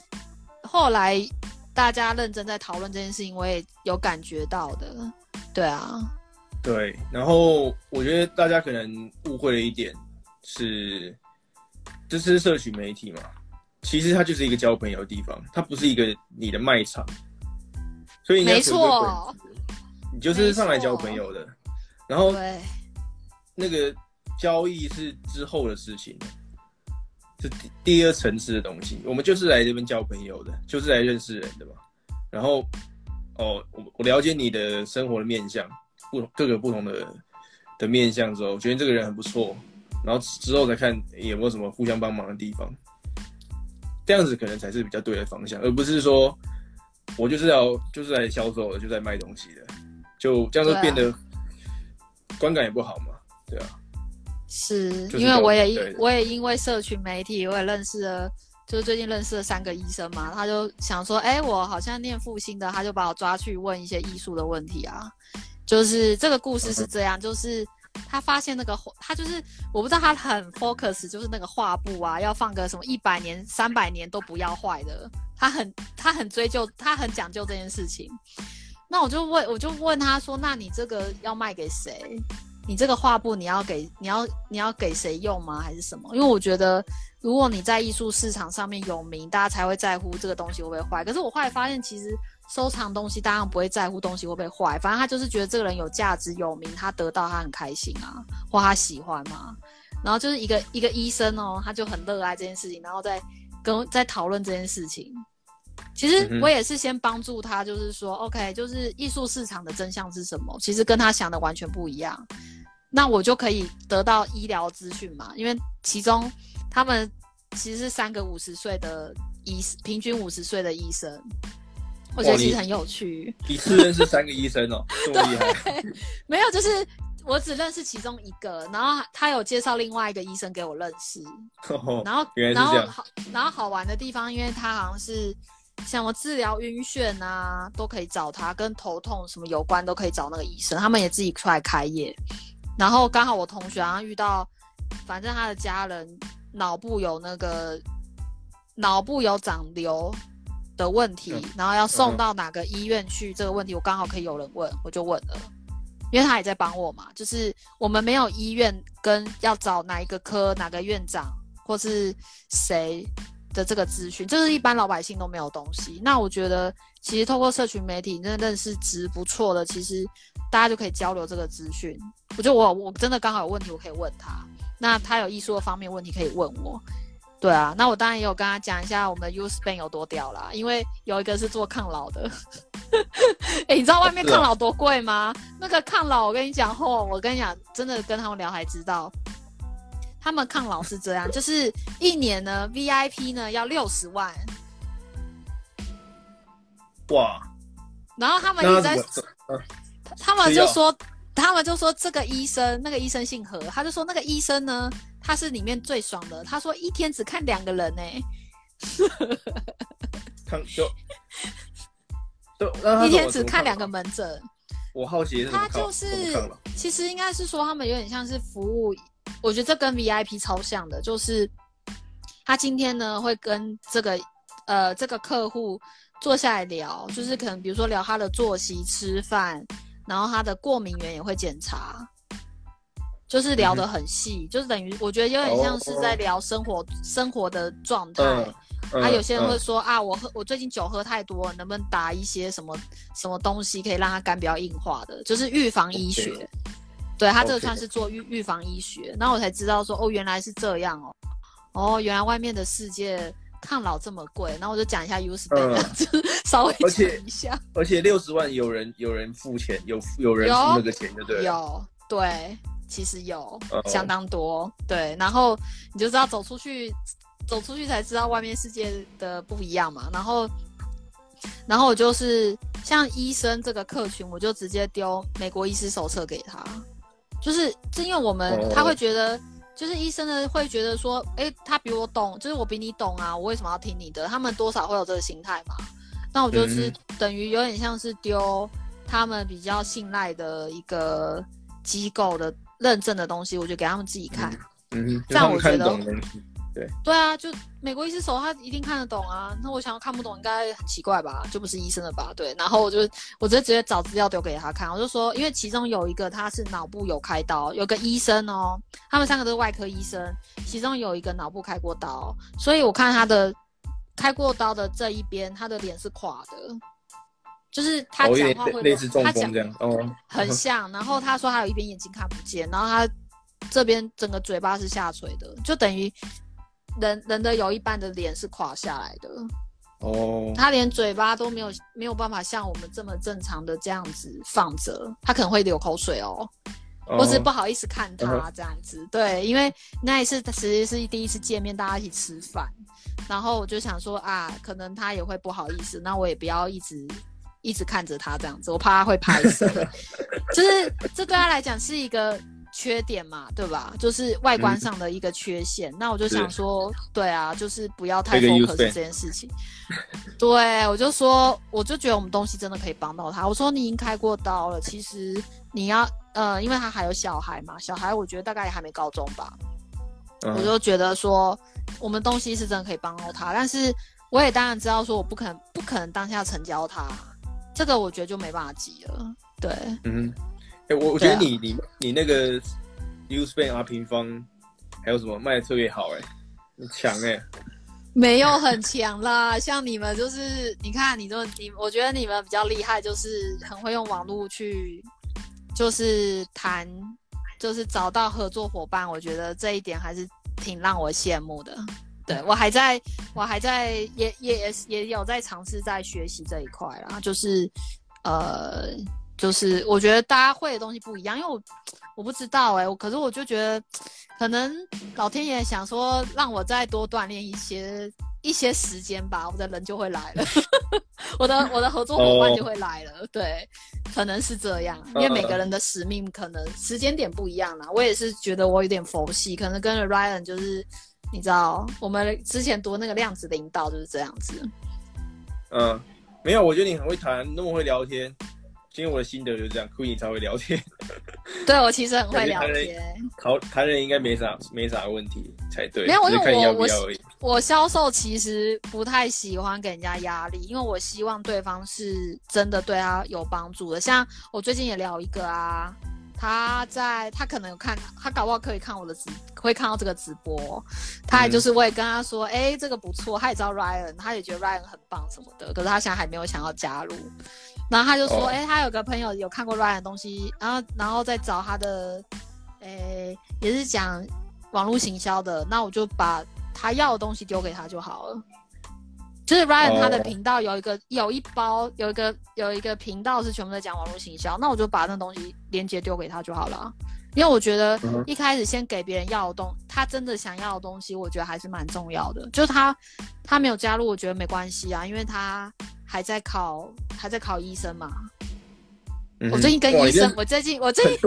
大家认真在讨论这件事情，我也有感觉到的。对啊。 对，然后我觉得大家可能误会了一点是，这是社群媒体嘛，其实它就是一个交朋友的地方，它不是一个你的卖场，所以没错，你就是上来交朋友的，然后那个交易是之后的事情，是第二层次的东西，我们就是来这边交朋友的，就是来认识人的嘛，然后我了解你的生活的面向。各个不同的面向之后，觉得这个人很不错，然后之后再看有没有什么互相帮忙的地方，这样子可能才是比较对的方向，而不是说我就是来销售的，就在卖东西的，就这样就变得观感也不好嘛，对啊。 是因为我也因为社群媒体，我也认识了。就是最近认识了3个医生嘛，他就想说，我好像念复兴的，他就把我抓去问一些艺术的问题啊。就是这个故事是这样，就是他发现那个他就是我不知道他很 focus， 就是那个画布啊，要放个什么100年、300年都不要坏的，他很追究，他很讲究这件事情。那我就问他说，那你这个要卖给谁？你这个画布你要给谁用吗？还是什么？因为我觉得，如果你在艺术市场上面有名，大家才会在乎这个东西会不会坏。可是我后来发现，其实收藏东西当然不会在乎东西会不会坏，反正他就是觉得这个人有价值、有名，他得到他很开心啊，或他喜欢嘛。然后就是一个医生哦，他就很热爱这件事情，然后在讨论这件事情。其实我也是先帮助他，就是说 ，OK， 就是艺术市场的真相是什么？其实跟他想的完全不一样。那我就可以得到医疗资讯嘛，因为其中他们其实是3个50岁的平均50岁的医生，我觉得其实很有趣。 你是认识3个医生哦，这么厉害？ 没有，就是我只认识其中一个，然后他有介绍另外一个医生给我认识，然后原来是这样。 然后好玩的地方，因为他好像是像我治疗晕眩啊，都可以找他，跟头痛什么有关都可以找那个医生，他们也自己出来开业。然后刚好我同学好像遇到，反正他的家人脑部有长瘤的问题，然后要送到哪个医院去，这个问题我刚好可以有人问，我就问了，因为他也在帮我嘛，就是我们没有医院跟要找哪一个科哪个院长或是谁的这个资讯，这是一般老百姓都没有东西。那我觉得其实透过社群媒体真的认识值不错的，其实大家就可以交流这个资讯。我觉得我真的刚好有问题我可以问他，那他有艺术的方面问题可以问我。对啊，那我当然也有跟他讲一下我们的 U-Span 有多屌啦，因为有一个是做抗老的你知道外面抗老多贵吗？那个抗老我跟你讲我跟你讲真的跟他们聊才知道，他们抗老是这样，就是1年呢 VIP 呢要60万， 哇！ 然后他们一直在，他们就说这个医生，那个医生姓何，他就说那个医生呢，他是里面最爽的，他说1天只看2个人对，那一天只看2个门诊。 我好奇是他就是其实应该是说他们有点像是服务，我觉得这跟 VIP 超像的，就是他今天呢会跟这个客户坐下来聊，就是可能比如说聊他的作息、吃饭，然后他的过敏源也会检查，就是聊得很细，就是等于我觉得有点像是在聊生活的状态。有些人会说啊，我最近酒喝太多，能不能打一些什么东西可以让他肝不要硬化的，就是预防医学。对，他这个算是做预防医学，然后我才知道说原来是这样原来外面的世界抗老这么贵，然后我就讲一下 U-Span，就是稍微讲一下。 而且60万有人付钱，有人付那个钱就对了。 有，对，其实有相当多，对，然后你就知道走出去才知道外面世界的不一样嘛。然后我就是像医生这个客群，我就直接丢美国医师手册给他，就是因为他会觉得，就是医生呢会觉得说，他比我懂，就是我比你懂啊，我为什么要听你的？他们多少会有这个心态嘛。那我就是等于有点像是丢他们比较信赖的一个机构的认证的东西，我就给他们自己看。这样我觉得。对啊，就美国医师手他一定看得懂啊，那我想要看不懂应该很奇怪吧，就不是医生了吧？对，然后我就直接找资料丢给他看，我就说，因为其中有一个他是脑部有开刀，有个医生他们3个都是外科医生，其中有一个脑部开过刀，所以我看他的开过刀的这一边，他的脸是垮的，就是他讲话会类似中风这样很像，然后他说他有一边眼睛看不见，然后他这边整个嘴巴是下垂的，就等于。人的有一半的脸是垮下来的他连嘴巴都没有办法像我们这么正常的这样子放着，他可能会流口水我只是不好意思看他这样子。对，因为那一次其实是第一次见面，大家一起吃饭，然后我就想说可能他也会不好意思，那我也不要一直看着他这样子，我怕他会拍死就是这对他来讲是一个缺点嘛，对吧？就是外观上的一个缺陷。那我就想说，对啊，就是不要太 focus 这件事情。对，我就觉得我们东西真的可以帮到他。我说你已经开过刀了，其实你要因为他还有小孩嘛，小孩我觉得大概也还没高中吧。我就觉得说我们东西是真的可以帮到他，但是我也当然知道说我不可能当下成交他，这个我觉得就没办法急了。对， 我觉得你那个 U-Span R 平方还有什么卖的特别好很强没有很强啦，像你们就是你看我觉得你们比较厉害，就是很会用网络去就是谈，就是找到合作伙伴，我觉得这一点还是挺让我羡慕的。对，我还在也有在尝试在学习这一块啦，就是我觉得大家会的东西不一样，因为我不知道可是我就觉得可能老天爷想说让我再多锻炼一些时间吧，我的人就会来了我的合作伙伴就会来了。对，可能是这样，因为每个人的使命可能时间点不一样啦。我也是觉得我有点佛系，可能跟着 Ryan 就是你知道我们之前读那个量子领导就是这样子。 没有，我觉得你很会谈，那么会聊天。今天我的心得就是这样 ，Queenie 才会聊天。 对，我其实很会聊天。 谈人应该没啥问题才对。 没有，因为我销售其实不太喜欢给人家压力，因为我希望对方是真的对他有帮助的。像我最近也聊一个他可能有看，他搞不好可以看会看到这个直播。他也就是我也跟他说，这个不错，他也知道 Ryan， 他也觉得 Ryan 很棒什么的，可是他现在还没有想要加入。然后他就说，他有个朋友有看过 Ryan 的东西，然后再找他的，也是讲网络行销的，那我就把他要的东西丢给他就好了。就是 Ryan 他的频道有一个频道是全部在讲网络行销，那我就把那东西连结丢给他就好了。因为我觉得一开始先给别人要的他真的想要的东西，我觉得还是蛮重要的。就是他没有加入，我觉得没关系啊，因为他还在考医生嘛。我最近跟医生，我最近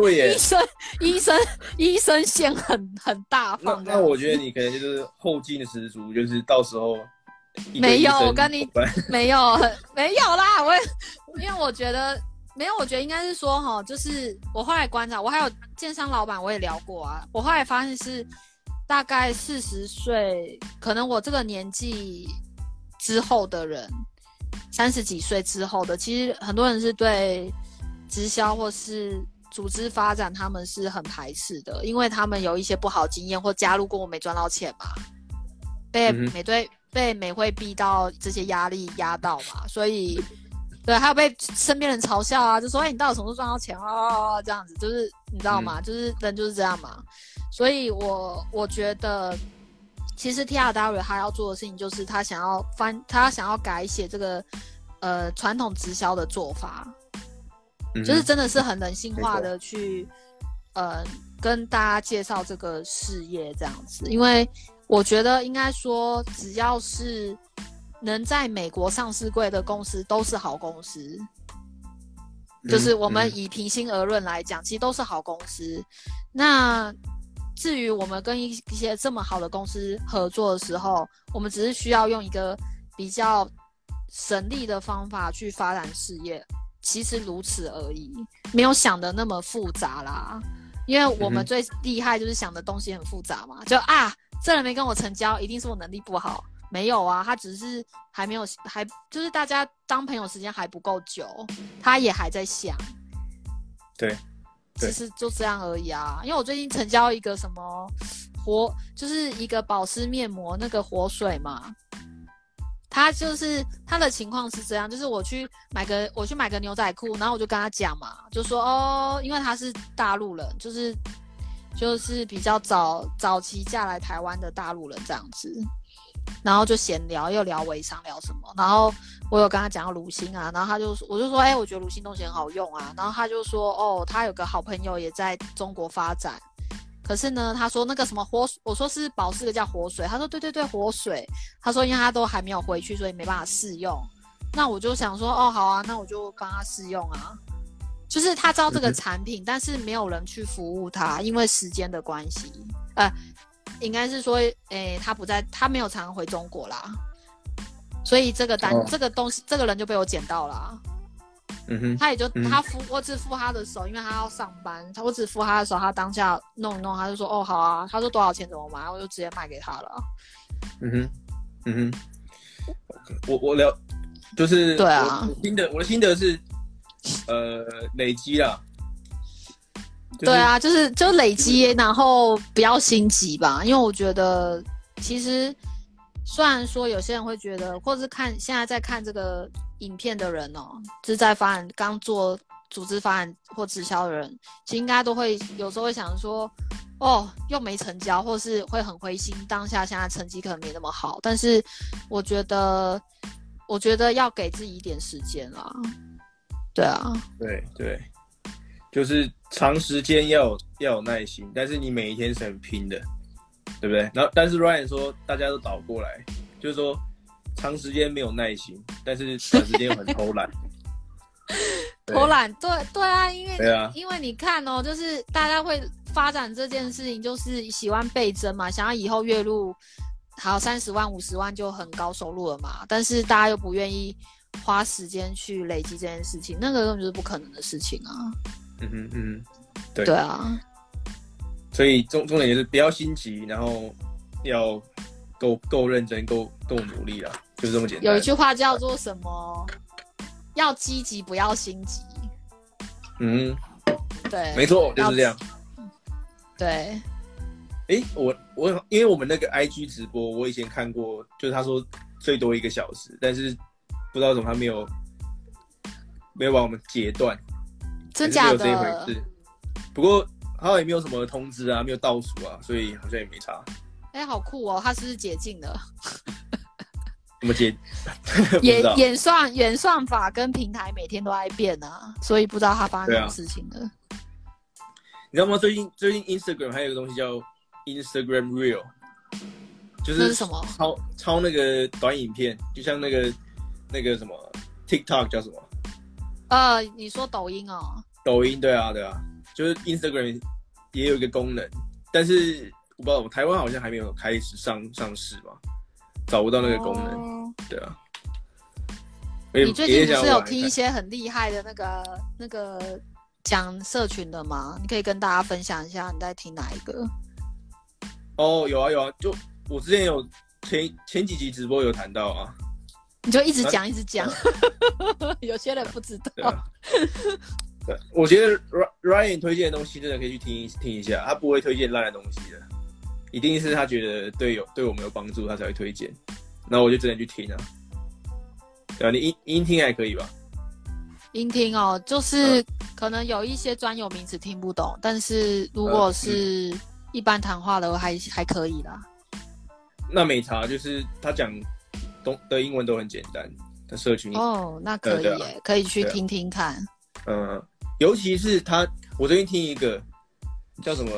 医生线很大方。 那我觉得你可能就是后劲的十足，就是到时候没有，我跟你没有啦，因为我觉得没有，我觉得应该是说哈，就是我后来观察，我还有建商老板我也聊过啊，我后来发现是大概40岁，可能我这个年纪之后的人，30几岁之后的，其实很多人是对直销或是组织发展他们是很排斥的，因为他们有一些不好经验或加入过没赚到钱嘛，被美会逼到这些压力压到嘛，所以对，还有被身边人嘲笑啊，就说你到底什么时候赚到钱啊？这样子就是你知道吗？就是人就是这样嘛，所以我觉得其实 TRW 他要做的事情就是他想要改写这个传统直销的做法，就是真的是很人性化的去跟大家介绍这个事业这样子，因为我觉得应该说只要是能在美国上市柜的公司都是好公司，就是我们以平心而论来讲，其实都是好公司。那至于我们跟一些这么好的公司合作的时候，我们只是需要用一个比较省力的方法去发展事业，其实如此而已，没有想的那么复杂啦。因为我们最厉害就是想的东西很复杂嘛，就这人没跟我成交，一定是我能力不好。没有啊，他只是还就是大家当朋友时间还不够久，他也还在想。 对， 其实就这样而已啊。因为我最近成交一个什么就是一个保湿面膜，那个活水嘛。他的情况是这样，就是我去买个牛仔裤，然后我就跟他讲嘛，就说因为他是大陆人，就是比较早期嫁来台湾的大陆人这样子。然后就闲聊，又聊微商，聊什么。然后我有跟他讲到乳清啊，然后我就说，我觉得乳清东西很好用啊。然后他就说，他有个好朋友也在中国发展，可是呢，他说那个什么我说是保湿的叫活水，他说对，活水。他说因为他都还没有回去，所以没办法试用。那我就想说，好啊，那我就帮他试用啊。就是他知道这个产品，但是没有人去服务他，因为时间的关系。应该是说，他没有常常回中国啦，所以这个东西，这个人就被我捡到啦。他也就我只付他的手，因为他要上班，我只付他的手，他当下弄一弄，他就说好啊，他说多少钱怎么买，我就直接卖给他了。 我聊就是对啊， 我的心得是累积啦。 对啊，就累积，然后不要心急吧，因为我觉得其实虽然说有些人会觉得，或是现在在看这个影片的人就是在刚做组织发展或直销的人，其实应该都会有时候会想说，又没成交，或是会很灰心，当下现在成绩可能没那么好，但是我觉得要给自己一点时间啦。对啊， 对。就是长时间要有耐心，但是你每一天是很拼的，对不对？然后，但是 Ryan 说大家都倒过来，就是说长时间没有耐心，但是短时间又很偷懒。 偷懒，对啊，因为你看就是大家会发展这件事情，就是喜欢倍增嘛，想要以后月入好30万、50万就很高收入了嘛，但是大家又不愿意花时间去累积这件事情，那个根本就是不可能的事情啊。对啊， 所以重点就是不要心急，然后要够认真，够努力啦，就是这么简单。 有一句话叫做什么？要积极，不要心急。对， 没错，就是这样。 对。 我因为我们那个 IG 直播，我以前看过，就是他说最多1个小时，但是不知道怎么他没有把我们截断。 真假的？ 这一回事。不过好像也没有什么通知啊，没有倒数啊，所以好像也没差。 好酷哦！他是不是解禁了？ 怎么解？ 演算法跟平台每天都在变啊，所以不知道他发生什么事情了。 你知道吗？最近 Instagram 还有一个东西叫 Instagram Reel， 就是什么抄那个短影片，就像那个什么 TikTok 叫什么？ 你说抖音哦？ 抖音，对啊，就是 Instagram 也有一个功能，但是我不知道，台湾好像还没有开始上市吧，找不到那个功能。 对啊。 你最近不是有听一些很厉害的那个讲社群的吗？你可以跟大家分享一下你在听哪一个？ 哦，有啊，就我之前有前几集直播有谈到啊。 你就一直讲，有些人不知道。 对啊，对，我觉得 Ryan 推荐的东西真的可以去听一下，他不会推荐烂的东西的，一定是他觉得对我们有帮助，他才会推荐。那我就真的去听啊。对啊，你音听还可以吧？ 音听哦，就是可能有一些专有名词听不懂，但是如果是一般谈话的还可以啦。 那没差，就是他讲的英文都很简单的社群哦，那可以耶，可以去听听看。 尤其是我最近听一个叫什么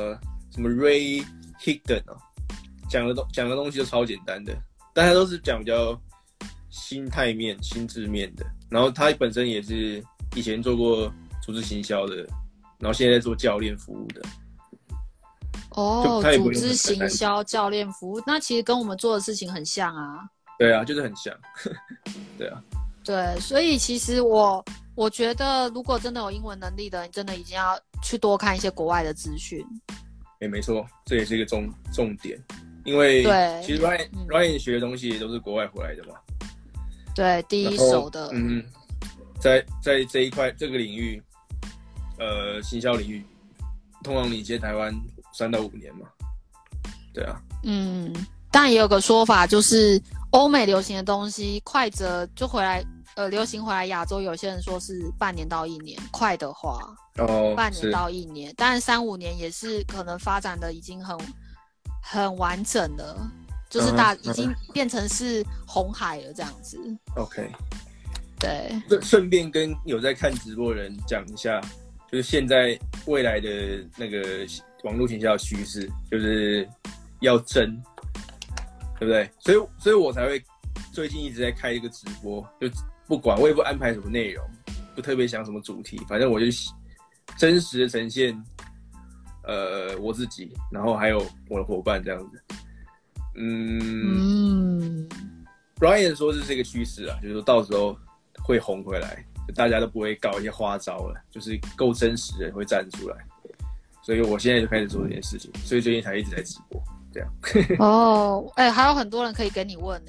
Ray Higdon 哦，讲的东西都超简单的，但他都是讲比较心态面、心智面的。然后他本身也是以前做过组织行销的，然后现在在做教练服务的。 哦，组织行销教练服务，那其实跟我们做的事情很像啊。 对啊，就是很像。对啊。 对，所以其实我觉得，如果真的有英文能力的，你真的已经要去多看一些国外的资讯。 没错，这也是一个重点，因为其实 Ryan 学的东西也都是国外回来的嘛。 对，第一手的。 在这一块这个领域，行销领域，通常你接台湾3到5年嘛。对啊。 但也有个说法，就是欧美流行的东西，快则就回来，流行回来亚洲，有些人说是半年到1年，快的话，半年到1年，但3、5年也是可能发展的已经很完整了，就是已经变成是红海了这样子。 OK， 对。 顺便跟有在看直播的人讲一下，就是现在未来的那个网络行销趋势，就是要真。对不对？所以我才会最近一直在开一个直播，就不管我也不安排什么内容，不特别想什么主题，反正我就真实的呈现，我自己，然后还有我的伙伴这样子。Ryan 说这是一个趋势啊，就是说到时候会红回来，就大家都不会搞一些花招了，就是够真实的人会站出来。所以我现在就开始做这件事情，所以最近才一直在直播。这样还有很多人可以跟你问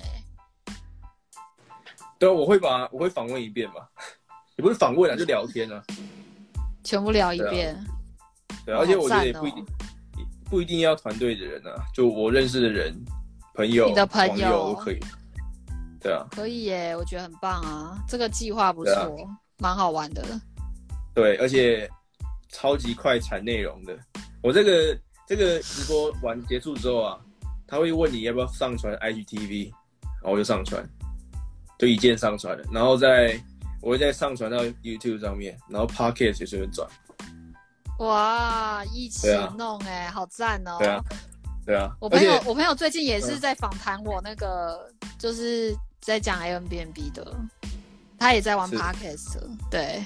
对，我会访问一遍嘛，也不是访问啊，就聊天啊， 全部聊一遍。 对，而且我觉得也不一定要团队的人啊，就我认识的人、朋友、 你的朋友都可以。对啊， 可以耶，我觉得很棒啊，这个计划不错，蛮好玩的。 对，而且超级快产内容的，我这个直播结束之后啊，他会问你要不要上传 IGTV， 然后我就上传，就一键上传了，然后我会再上传到 YouTube 上面，然后 Podcast 也随便转。 哇，一起弄好赞哦！ 对啊。 我朋友最近也是在访谈我那个，就是在讲 Airbnb 的，他也在玩 Podcast。对。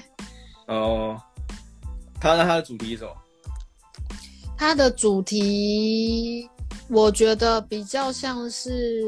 他的主题是什么？ 它的主题我觉得比较像是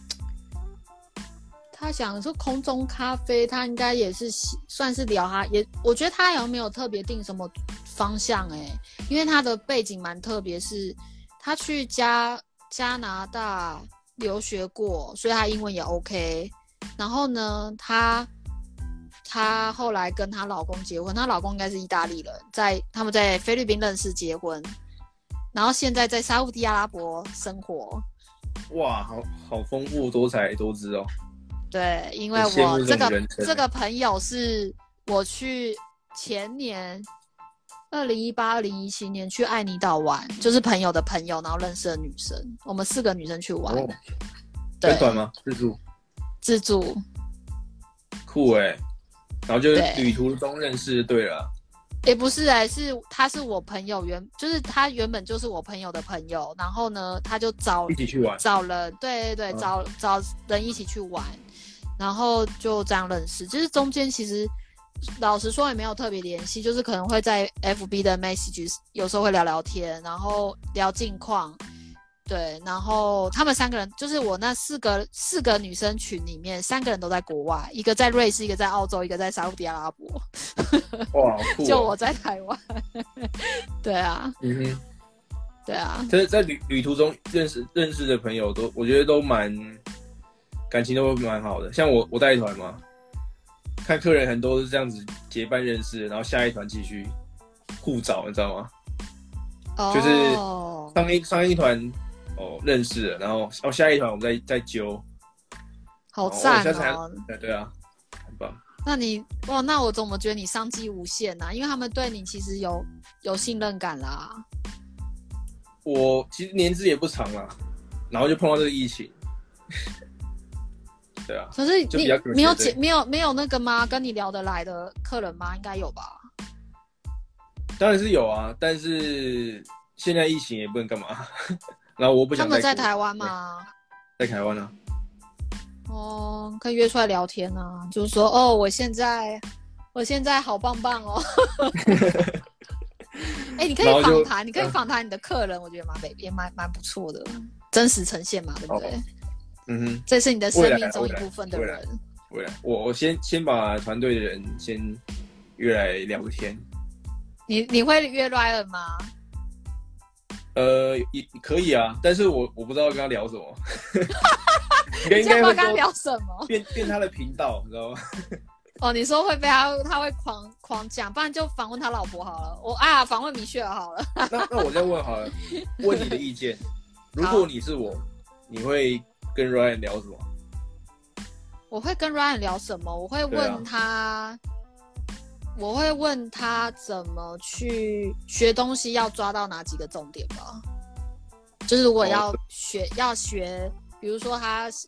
他想说空中咖啡，他应该也是算是聊我觉得他好像没有特别定什么方向因为他的背景蛮特别，是他去加拿大留学过，所以他英文也 OK。然后呢，他后来跟她老公结婚，她老公应该是意大利人，他们在菲律宾认识结婚。然后现在在沙烏地阿拉伯生活。 哇，好丰富多彩多姿哦。 对，因为我这个朋友是我去前年2018、2017年去爱尼岛玩，就是朋友的朋友，然后认识的女生，我们4个女生去玩。 跟团吗？自助。酷然后就旅途中认识，对了。 也不是他是我朋友就是他原本就是我朋友的朋友，然后呢，他就一起去玩， 找人，对，找人一起去玩，然后就这样认识。就是中间其实老实说也没有特别联系，就是可能会在 FB 的 message 有时候会聊聊天，然后聊近况， 对，然后他们3个人，就是我那四个女生群里面，3个人都在国外，一个在瑞士，一个在澳洲，一个在沙烏地阿拉伯。 哇，好酷哦！ 就我在台湾。对啊，对啊。 在旅途中认识的朋友我觉得都感情都蛮好的。像我带团嘛，看客人很多是这样子结伴认识，然后下一团继续互找，你知道吗？就是上一团认识了，然后下一团我们再揪。 好赞哦！对啊，很棒。 那我怎么觉得你商机无限啊？因为他们对你其实有信任感啦。 我其实年资也不长啦，然后就碰到这个疫情。对啊。 可是你没有那个吗？跟你聊得来的客人吗？应该有吧。 当然是有啊，但是现在疫情也不能干嘛。然后我不想。 他们在台湾吗？ 在台湾啊。 可以约出来聊天啊，就是说我现在好棒棒哦。你可以访谈，你的客人，我觉得也蛮不错的，真实呈现嘛，对不对？这是你的生命中一部分的人。 未来，我先把团队的人先约来聊个天。 你会约 Ryan 吗？ 也可以啊，但是我不知道跟他聊什么。 应该会跟他聊什么？ 变他的频道，你知道吗？你说会被他会狂讲，不然就访问他老婆好了。访问米雪儿好了。 那我再问好了，问你的意见。如果你是我，你会跟 Ryan 聊什么？ 我会跟 Ryan 聊什么？我会问他。我会问他怎么去学东西，要抓到哪几个重点吧。就是如果要学，比如说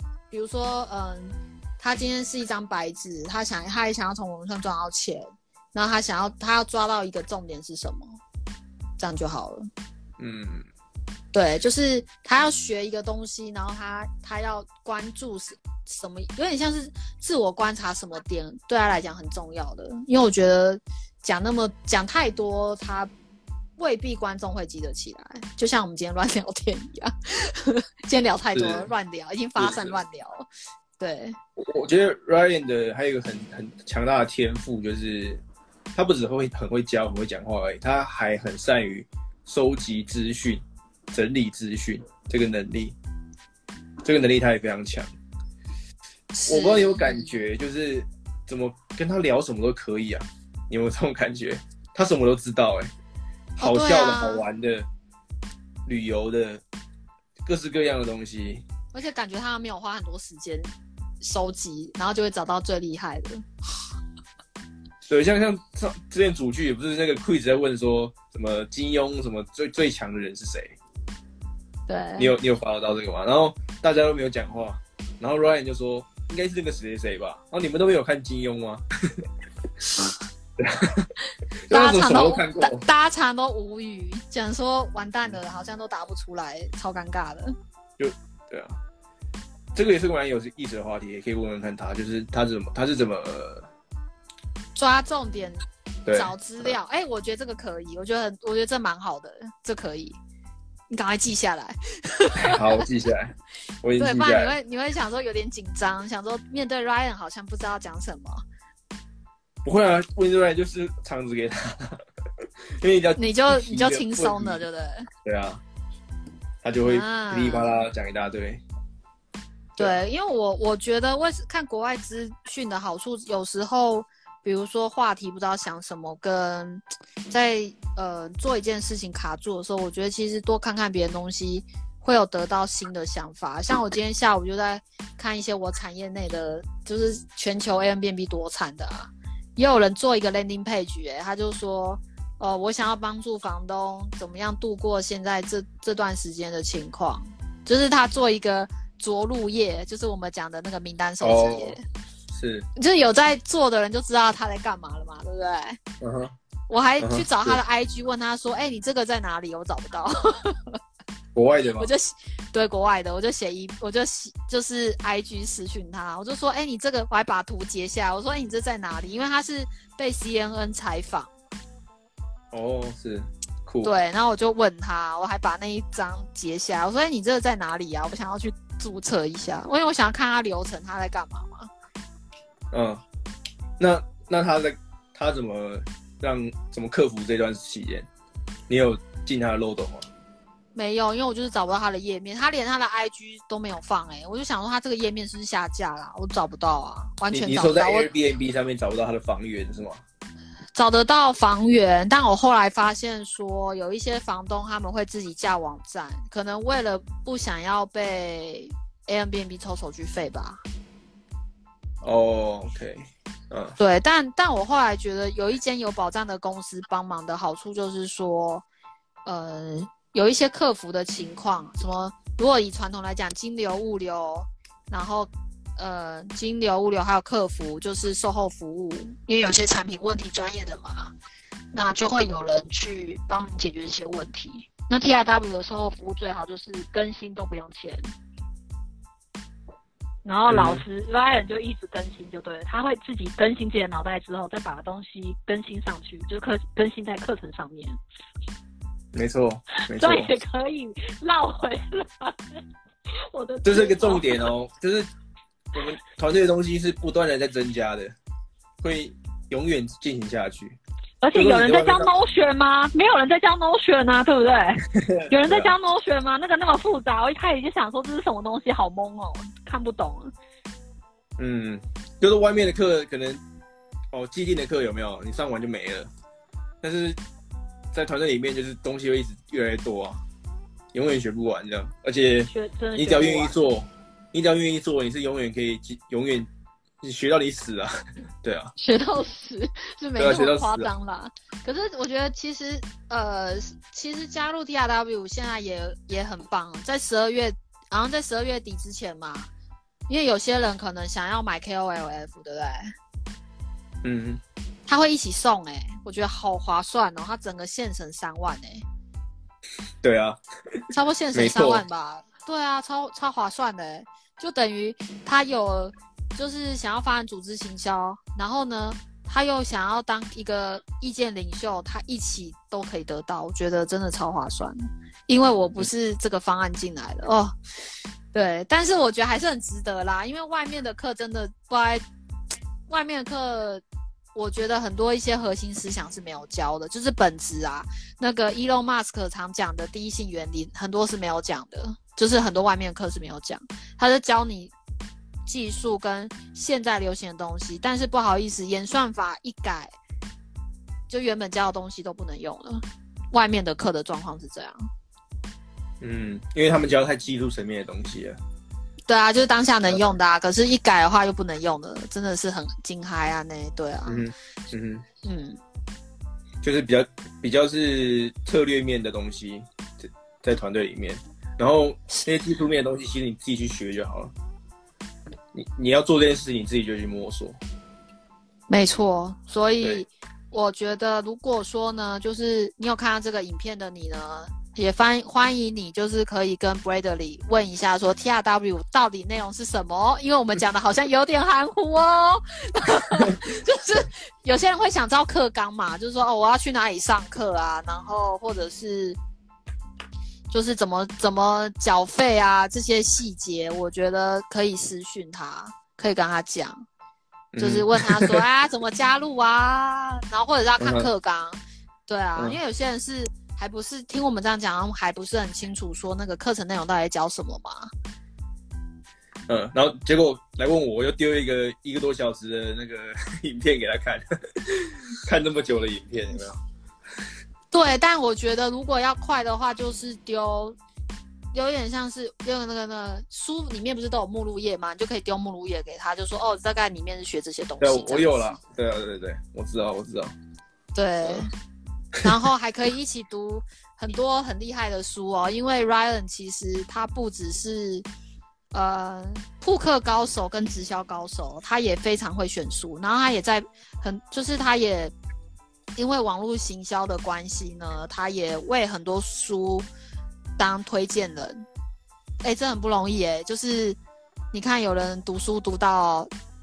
他今天是一张白纸，他也想要从网上赚到钱，然后他要抓到一个重点是什么，这样就好了。对，就是他要学一个东西，然后他要关注什么，有点像是自我观察什么点对他来讲很重要的。因为我觉得讲太多，他未必观众会记得起来。就像我们今天乱聊天一样，今天聊太多了，乱聊，已经发散乱聊了。对， 我觉得 Ryan 的还有一个很强大的天赋，就是他不只很会教、很会讲话而已，他还很善于收集资讯、整理资讯这个能力他也非常强。我不知道你有感觉，就是怎么跟他聊什么都可以啊？你有没有这种感觉？他什么都知道好笑的、好玩的、旅游的，各式各样的东西。 而且感觉他没有花很多时间收集，然后就会找到最厉害的。 对，像之前主剧也不是那个 quiz 在问说什么金庸什么最强的人是谁？ 对， 你有follow到这个吗？然后大家都没有讲话，然后 Ryan 就说应该是那个谁谁吧。然后你们都没有看金庸吗？ 大家常都无语，讲说完蛋了，好像都答不出来，超尴尬的。 对啊，这个也是个蛮有意思的话题，也可以问问看他，就是他是怎么抓重点、找资料。我觉得这个可以，我觉得这蛮好的，这可以，你赶快记下来。 好，我记下来，我已经记下来。 对，不然你会想说有点紧张，想说面对 Ryan 好像不知道讲什么。 不会啊，问出来就是场子给他，因为你就轻松了，对不对？ 对啊，他就会噼里啪啦讲一大堆。 对，因为我觉得看国外资讯的好处，有时候比如说话题不知道想什么，跟在做一件事情卡住的时候，我觉得其实多看看别的东西，会有得到新的想法。像我今天下午就在看一些我产业内的，就是全球 Airbnb 多惨的啊。也有人做一个 landing page， 他就说，我想要帮助房东怎么样度过现在这段时间的情况，就是他做一个着陆页，就是我们讲的那个名单收集页， 是， 就是有在做的人就知道他在干嘛了嘛，对不对？我还去找他的 IG 问他说，你这个在哪里？我找不到。 国外的吗？ 对国外的，我就就是 IG 私讯他，我就说，你这个，我还把图截下来，我说，你这在哪里？因为他是被 CNN 采访。 是， 酷。 对，然后我就问他，我还把那一张截下来，我说：“你这个在哪里啊？我想要去注册一下，因为我想要看他流程，他在干嘛嘛。” 嗯，那他怎么克服这段期间？你有进他的漏洞吗？ 没有，因为我就是找不到他的页面，他连他的 IG 都没有放我就想说他这个页面是不是下架啦？我找不到啊，完全找不到。 你说在 Airbnb 上面找不到他的房源是吗？ 找得到房源，但我后来发现说，有一些房东他们会自己架网站，可能为了不想要被 Airbnb 抽手续费吧。 哦 ，OK， 对，但我后来觉得有一间有保障的公司帮忙的好处就是说，有一些客服的情况，什么如果以传统来讲，金流、物流，然后金流、物流还有客服，就是售后服务，因为有些产品问题专业的嘛，那就会有人去帮你解决这些问题。那 TRW 的售后服务最好就是更新都不用钱，然后老师 Ryan 就一直更新就对了，他会自己更新自己的脑袋之后，再把东西更新上去，就是更新在课程上面。 没错， 这也可以绕回来。 这是个重点哦，就是我们团队的东西是不断的在增加的，会永远进行下去。 而且有人在教 Notion 吗？没有人在教 Notion 啊，对不对？有人在教 Notion 吗？那个那么复杂，我一开始就想说这是什么东西，好懵哦，看不懂。 就是外面的课可能既定的课有没有？你上完就没了，但是在团队里面就是东西会一直越来越多啊，永远学不完这样。而且你只要愿意做，你是永远可以你学到你死啊，对啊， 学到死是没那么夸张啦。可是我觉得其实加入 TRW 现在也很棒，在12月，好像在12月底之前嘛，因为有些人可能想要买 KOLF， 对不对？他会一起送我觉得好划算哦，他整个现省3万对啊， 差不多现省3万吧。对啊，超划算的就等于他有就是想要发展组织行销，然后呢他又想要当一个意见领袖，他一起都可以得到，我觉得真的超划算。因为我不是这个方案进来的哦，对，但是我觉得还是很值得啦，因为外面的课真的不爱，外面的课我觉得很多一些核心思想是没有教的，就是本质啊，那个 Elon Musk 常讲的第一性原理很多是没有讲的，就是很多外面的课是没有讲，他就教你技术跟现在流行的东西，但是不好意思，演算法一改，就原本教的东西都不能用了。外面的课的状况是这样。 因为他们教太技术层面的东西了。 对啊，就是当下能用的啊，可是一改的话又不能用了，真的是很惊嗨啊那，对啊。 就是比较是策略面的东西在团队里面，然后那些技术面的东西其实你自己去学就好了。你要做这件事情，你自己就去摸索。没错，所以我觉得如果说呢，就是你有看到这个影片的你呢，也欢迎你，就是可以跟 Bradley 问一下说 TRW 到底内容是什么，因为我们讲的好像有点含糊哦。就是有些人会想知道课纲嘛，就是说我要去哪里上课啊，然后或者是就是怎么缴费啊，这些细节我觉得可以私讯他，可以跟他讲，就是问他说怎么加入啊，然后或者是要看课纲。对啊，因为有些人是还不是听我们这样讲，还不是很清楚说那个课程内容到底在教什么嘛。 然后结果来问我又丢一个1个多小时的那个影片给他看，看那么久的影片有没有？ 对，但我觉得如果要快的话，就是有点像是用那个书里面不是都有目录页吗？你就可以丢目录页给他，就说大概里面是学这些东西。 对，我有了。对啊，对，我知道。 对。然后还可以一起读很多很厉害的书哦，因为 Ryan 其实他不只是扑克高手跟直销高手，他也非常会选书，然后他也在就是他也因为网络行销的关系呢，他也为很多书当推荐人。这很不容易就是你看有人读书读到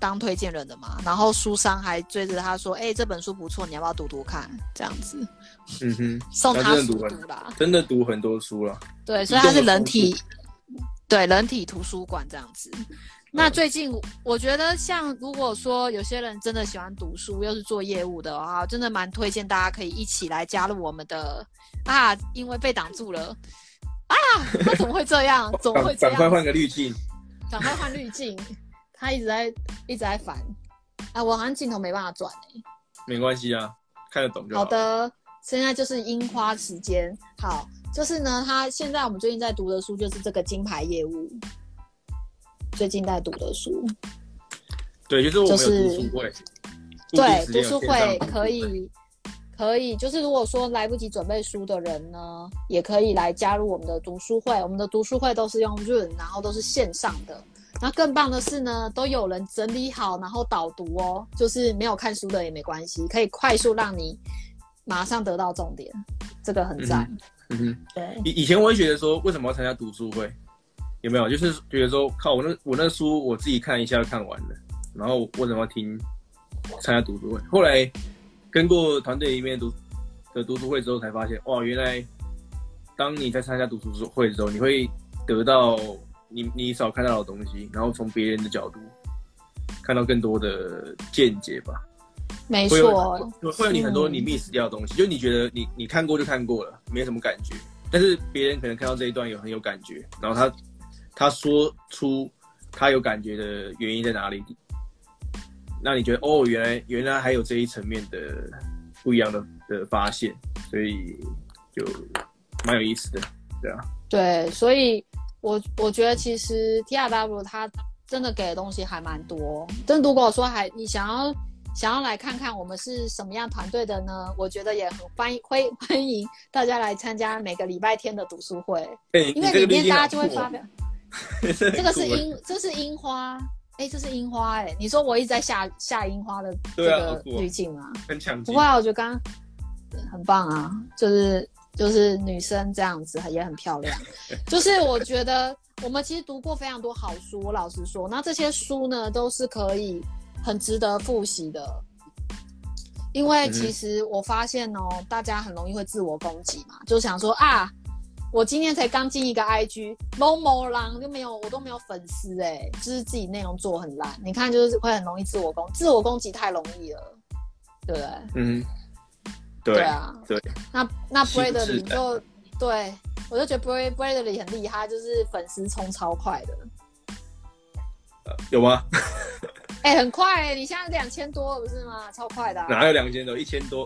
当推荐人的嘛，然后书商还追着他说，这本书不错，你要不要读读看？这样子，送他书读啦， 真的读很多书了。 对，所以他是人体图书馆这样子。那最近我觉得，像如果说有些人真的喜欢读书，又是做业务的话，真的蛮推荐大家可以一起来加入我们的因为被挡住了他怎么会这样？怎么会这样？ 赶快换个滤镜， 赶快换滤镜。他一直在烦我好像镜头没办法转没关系啊，看得懂就好。 好的，现在就是樱花时间。好，就是呢，现在我们最近在读的书就是这个金牌业务，最近在读的书。 对，就是我们有读书会。 对，读书会可以，就是如果说来不及准备书的人呢，也可以来加入我们的读书会。我们的读书会都是用Zoom，然后都是线上的。那更棒的是呢，都有人整理好，然后导读哦，就是没有看书的也没关系，可以快速让你马上得到重点，这个很赞。对。 以前我会觉得说，为什么要参加读书会？有没有？就是觉得说，靠我那书我自己看一下就看完了，然后为什么要参加读书会？后来跟过团队里面的读书会之后，才发现哇，原来当你在参加读书会之后，你会得到你少看到的东西，然后从别人的角度看到更多的见解吧。 没错， 会有你很多你 miss 掉的东西，就你觉得你看过就看过了，没什么感觉，但是别人可能看到这一段很有感觉，然后他说出他有感觉的原因在哪里，那你觉得原来还有这一层面的不一样的发现，所以就蛮有意思的，对啊。 对，所以我觉得其实 TRW 他真的给的东西还蛮多，但如果说你想要来看看我们是什么样团队的呢？我觉得也很欢迎大家来参加每个礼拜天的读书会，因为里面大家就会发表。这是樱花，这是樱花你说我一直在下樱花的这个滤镜吗？ 很抢镜。 不过我觉得刚刚很棒啊，就是女生这样子也很漂亮。就是我觉得我们其实读过非常多好书，我老实说，那这些书呢都是可以很值得复习的。因为其实我发现大家很容易会自我攻击嘛，就想说我今天才刚进一个 IG， 某狼我都没有粉丝就是自己内容做很烂，你看就是会很容易自我攻击太容易了，对不对？对啊， 对。 那 Bradley 就对我就觉得 Bradley 很厉害，就是粉丝冲超快的。 有吗？ 很快你现在2000多了不是吗？超快的哪有2000多？1000多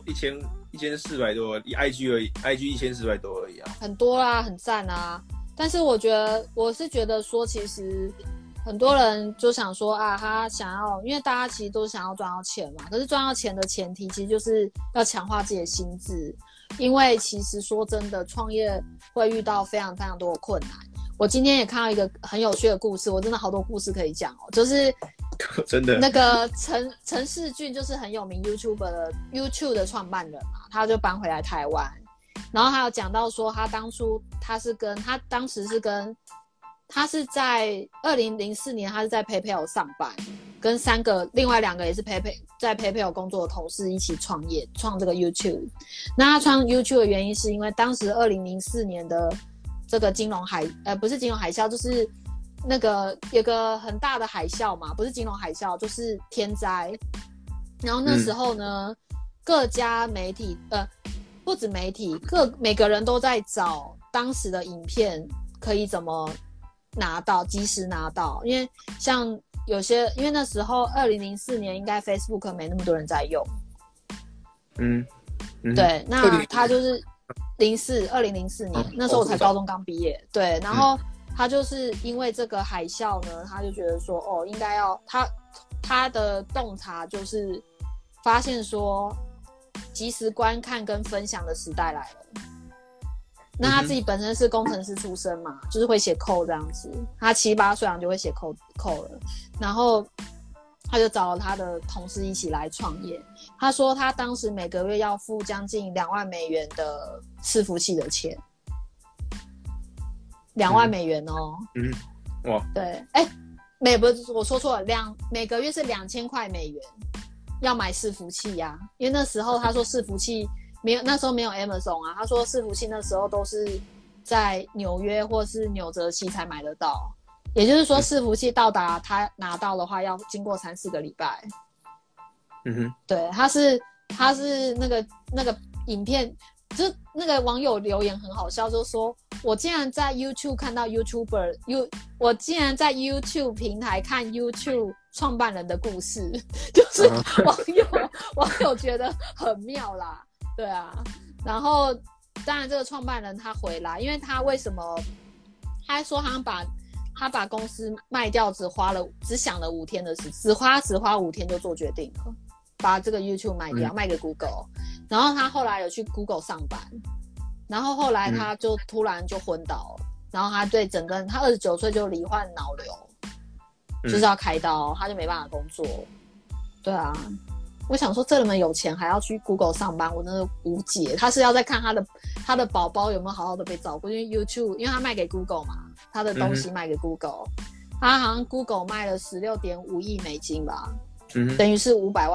，1400多，IG 而已，IG 1400多而已啊。 很多啦，很赞啊。但是我是觉得说，其实很多人就想说他想要，因为大家其实都想要赚到钱嘛。可是赚到钱的前提，其实就是要强化自己的心智。因为其实说真的，创业会遇到非常非常多的困难。我今天也看到一个很有趣的故事，我真的好多故事可以讲就是真的那个陈世俊，就是很有名 YouTube 的创办人嘛，他就搬回来台湾，然后他有讲到说，他当时是在2004年，他是在 PayPal 上班，跟另外2个也是在 PayPal 工作的同事一起创这个 YouTube。那他创 YouTube 的原因是因为当时2004年的这个不是金融海啸，就是那个有个很大的海啸嘛，不是金融海啸就是天灾。然后那时候呢，各家媒体不止媒体，每个人都在找当时的影片可以怎么及时拿到，因为像因为那时候2004年应该 Facebook 没那么多人在用。对，那他就是2004年，那时候我才高中刚毕业。对，然后他就是因为这个海啸呢，他就觉得说应该要他的洞察就是发现说即时观看跟分享的时代来了。那他自己本身是工程师出身嘛，就是会写 code 这样子，他7、8岁就会写 code 了，然后他就找了他的同事一起来创业。他说他当时每个月要付将近2万美元的伺服器的钱，2万美元哦。 哇， 对， 不是我说错了，每个月是$2000要买伺服器呀、因为那时候他说伺服器没有，那时候没有 Amazon 啊，他说伺服器那时候都是在纽约或是纽泽西才买得到，也就是说伺服器到达他拿到的话要经过3-4个礼拜。 嗯哼， 对，他是那个影片，就是那个网友留言很好笑，就说我竟然在 YouTube 看到 我竟然在 YouTube 平台看 YouTube 创办人的故事，就是网友觉得很妙啦，对啊。然后当然这个创办人他回来，因为他为什么他说他把公司卖掉只想了5天的事，只花5天就做决定了，把这个 YouTube 卖掉，卖给 Google。然后他后来有去 Google 上班，然后后来他就突然就昏倒了，然后他对整个他29岁就罹患脑瘤，就是要开刀，他就没办法工作。对啊，我想说这人们有钱还要去 Google 上班，我真的无解。他是要在看他的宝宝有没有好好的被照顾，因为 YouTube 因为他卖给 Google 嘛，他的东西卖给 Google，他好像 Google 卖了$16.5亿吧，等于是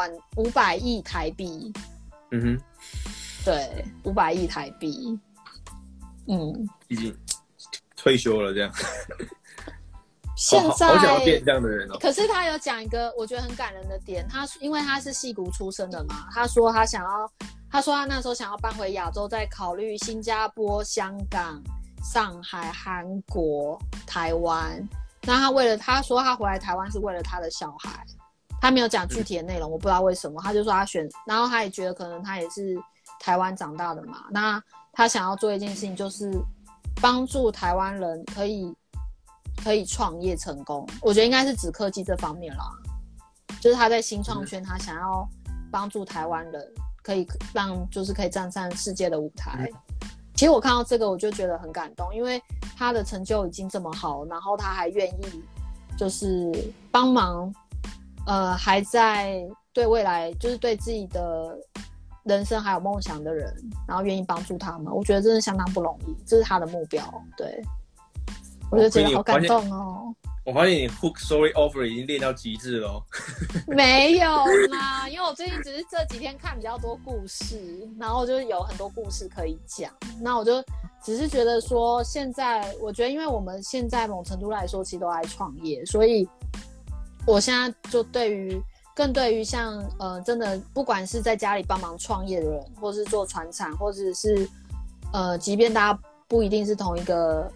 500亿台币。 嗯哼， 对，500亿台币。 已经退休了这样。 现在好想要变这样的人哦。 可是他有讲一个我觉得很感人的点，因为他是矽谷出生的嘛，他说他那时候想要搬回亚洲，再考虑新加坡、香港、上海、韩国、台湾。那他说他回来台湾是为了他的小孩，他没有讲具体的内容，我不知道为什么，他就说然后他也觉得可能他也是台湾长大的嘛，那他想要做一件事情，就是帮助台湾人可以创业成功。我觉得应该是指科技这方面啦，就是他在新创圈，他想要帮助台湾人可以站上世界的舞台。其实我看到这个我就觉得很感动，因为他的成就已经这么好，然后他还愿意就是帮忙还在对未来就是对自己的人生还有梦想的人，然后愿意帮助他们，我觉得真的相当不容易，这是他的目标。对，我就觉得好感动哦。 我发现你 hook story offer 已经练到极致了哦。 没有啦，因为我最近只是这几天看比较多故事，然后就有很多故事可以讲。那我就只是觉得说，现在我觉得，因为我们现在某程度来说其实都爱创业，所以我现在就对于像真的不管是在家里帮忙创业的人，或是做传产，或者是即便大家不一定是同一个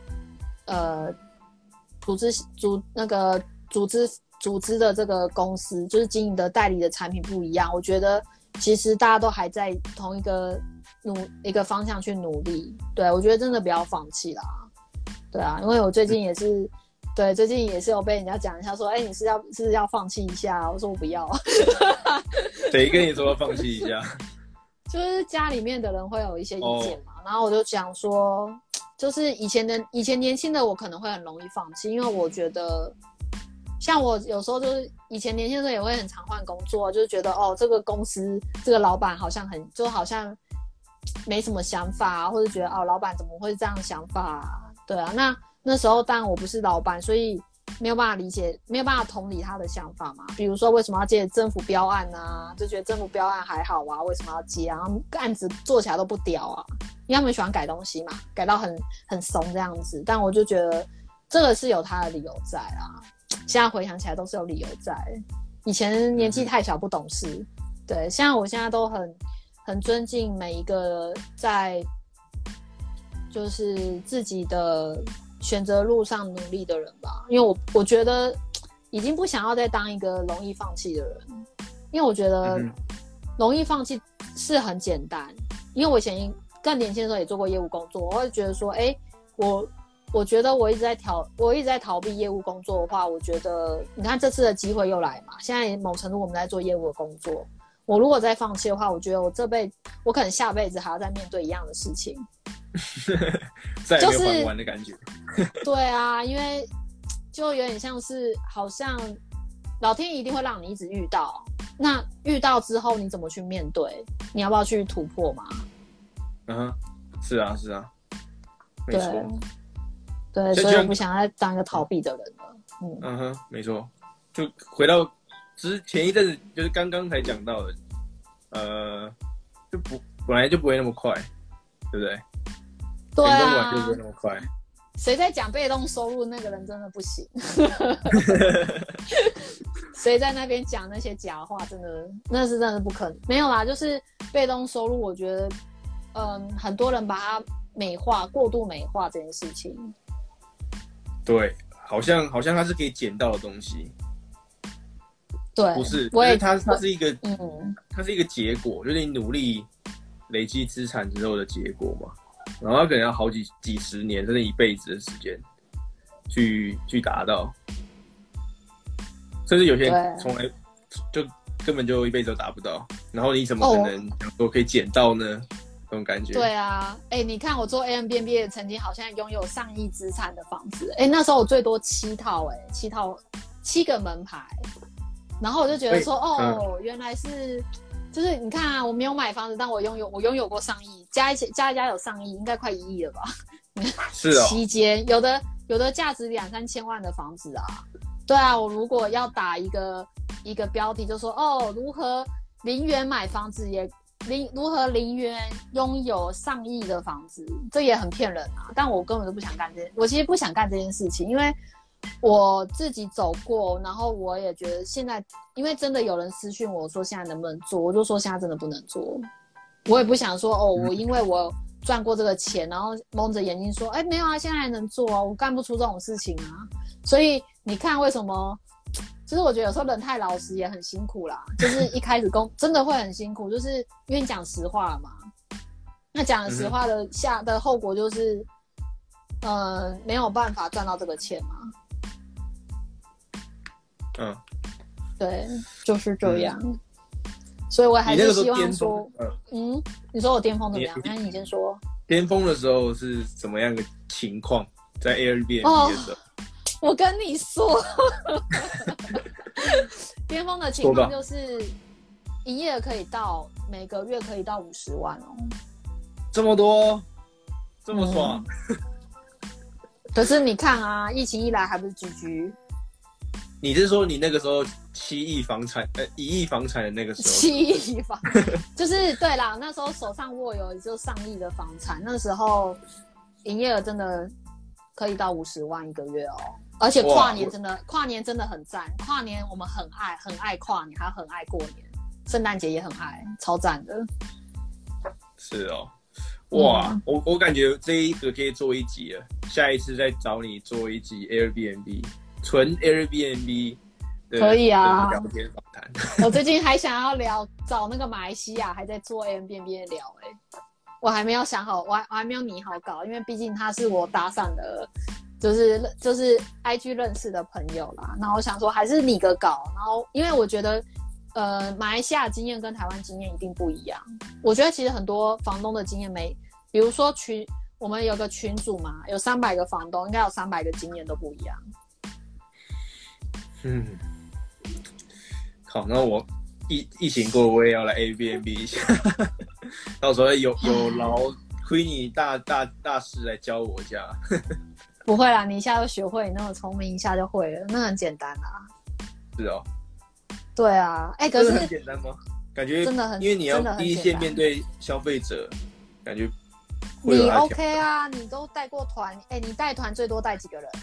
组织的这个公司，就是经营的代理的产品不一样，我觉得其实大家都还在同一个方向去努力。对，我觉得真的不要放弃啦。对啊，因为我最近也是有被人家讲一下说，你是要放弃一下，我说我不要。 谁跟你说要放弃一下？ 就是家里面的人会有一些意见嘛，然后我就讲说，就是以前年轻的我可能会很容易放弃，因为我觉得像我有时候就是以前年轻的时候也会很常换工作，就是觉得这个公司这个老板好像没什么想法，或者觉得老板怎么会这样想法啊？对啊，那时候当然我不是老板，所以没有办法理解，没有办法同理他的想法嘛。比如说为什么要接政府标案啊，就觉得政府标案还好啊，为什么要接啊？案子做起来都不屌啊，因为他们喜欢改东西嘛，改到很怂这样子。但我就觉得这个是有他的理由在啊，现在回想起来都是有理由在。以前年纪太小不懂事，对，我现在都很尊敬每一个在就是自己的选择路上努力的人吧，因为我觉得已经不想要再当一个容易放弃的人，因为我觉得容易放弃是很简单，因为我以前更年轻的时候也做过业务工作，我会觉得说，我觉得我一直在逃避业务工作的话，我觉得你看这次的机会又来嘛，现在某程度我们在做业务的工作，我如果再放弃的话，我觉得我可能下辈子还要再面对一样的事情。 再也没有还不完的感觉。 对啊，因为就有点像是好像老天一定会让你一直遇到，那遇到之后你怎么去面对？你要不要去突破嘛？ 是啊，没错。 对，所以我不想再当一个逃避的人了。 嗯哼，没错。就回到前一阵子，就是刚刚才讲到的，就本来就不会那么快，对不对？ 对啊， 成功本来就不会那么快。 谁在讲被动收入，那个人真的不行。谁在那边讲那些假话，那是真的不可能。没有啦，就是被动收入，我觉得，很多人把它美化、过度美化这件事情。 对，好像它是可以捡到的东西。 对， 不是，它是一个，它是一个结果，就是你努力累积资产之后的结果嘛。然后它可能要好几十年，甚至一辈子的时间去达到，甚至有些人从来就根本就一辈子都达不到。然后你怎么可能想说可以捡到呢？这种感觉。 对啊，你看我做 Airbnb 曾经好像拥有上亿资产的房子，那时候我最多7套，7个门牌。然后我就觉得说，原来是，就是你看啊，我没有买房子，但我拥有过上亿，加一加有上亿，应该快1亿了吧？ 是哦。 期间有的价值2、3千万的房子啊，对啊，我如果要打一个标题，就说如何零元买房子如何零元拥有上亿的房子，这也很骗人啊！但我根本都不想干我其实不想干这件事情，因为我自己走过，然后我也觉得现在，因为真的有人私讯我说现在能不能做，我就说现在真的不能做。我也不想说我因为我赚过这个钱，然后蒙着眼睛说，没有啊，现在还能做啊，我干不出这种事情啊。所以你看为什么？就是我觉得有时候人太老实也很辛苦啦，就是一开始真的会很辛苦，就是因为你讲实话了嘛。那讲实话的后果就是，没有办法赚到这个钱嘛。对，就是这样。所以我还是希望说，你说我巅峰怎么样？那你先说。 巅峰的时候是怎么样的情况？在 Airbnb 的时候， 我跟你说，巅峰的情况就是营业额可以到每个月可以到50万哦。 这么多，这么爽。 可是你看啊，疫情一来还不是 GG。 你是说你那个时候7亿房产，1亿房产的那个时候 ？7亿房，就是对啦，那时候手上握有就上亿的房产，那时候营业额真的可以到50万一个月哦。而且跨年真的很赞，跨年我们很爱跨年，还很爱过年，圣诞节也很爱，超赞的。是哦，哇，我感觉这一个可以做一集了，下一次再找你做一集 Airbnb。纯 Airbnb 的可以啊， 聊天访谈。 我最近还想要找那个马来西亚还在做 Airbnb 的聊我还没有想好，我还没有拟好稿，因为毕竟他是我打散的，就是 IG 认识的朋友啦。然后我想说还是拟个稿，然后因为我觉得马来西亚经验跟台湾经验一定不一样。我觉得其实很多房东的经验比如说我们有个群组嘛，有300个房东，应该有300个经验都不一样。 好，那我疫情过，我也要来 Airbnb 一下，到时候有劳亏你大师来教我一下。 不会啦，你一下就学会，你那么聪明，一下就会了，那很简单啦。 是哦。 对啊，可是很简单吗？感觉真的很， 因为你要第一线面对消费者，感觉你 OK 啊？你都带过团，你带团最多带几个人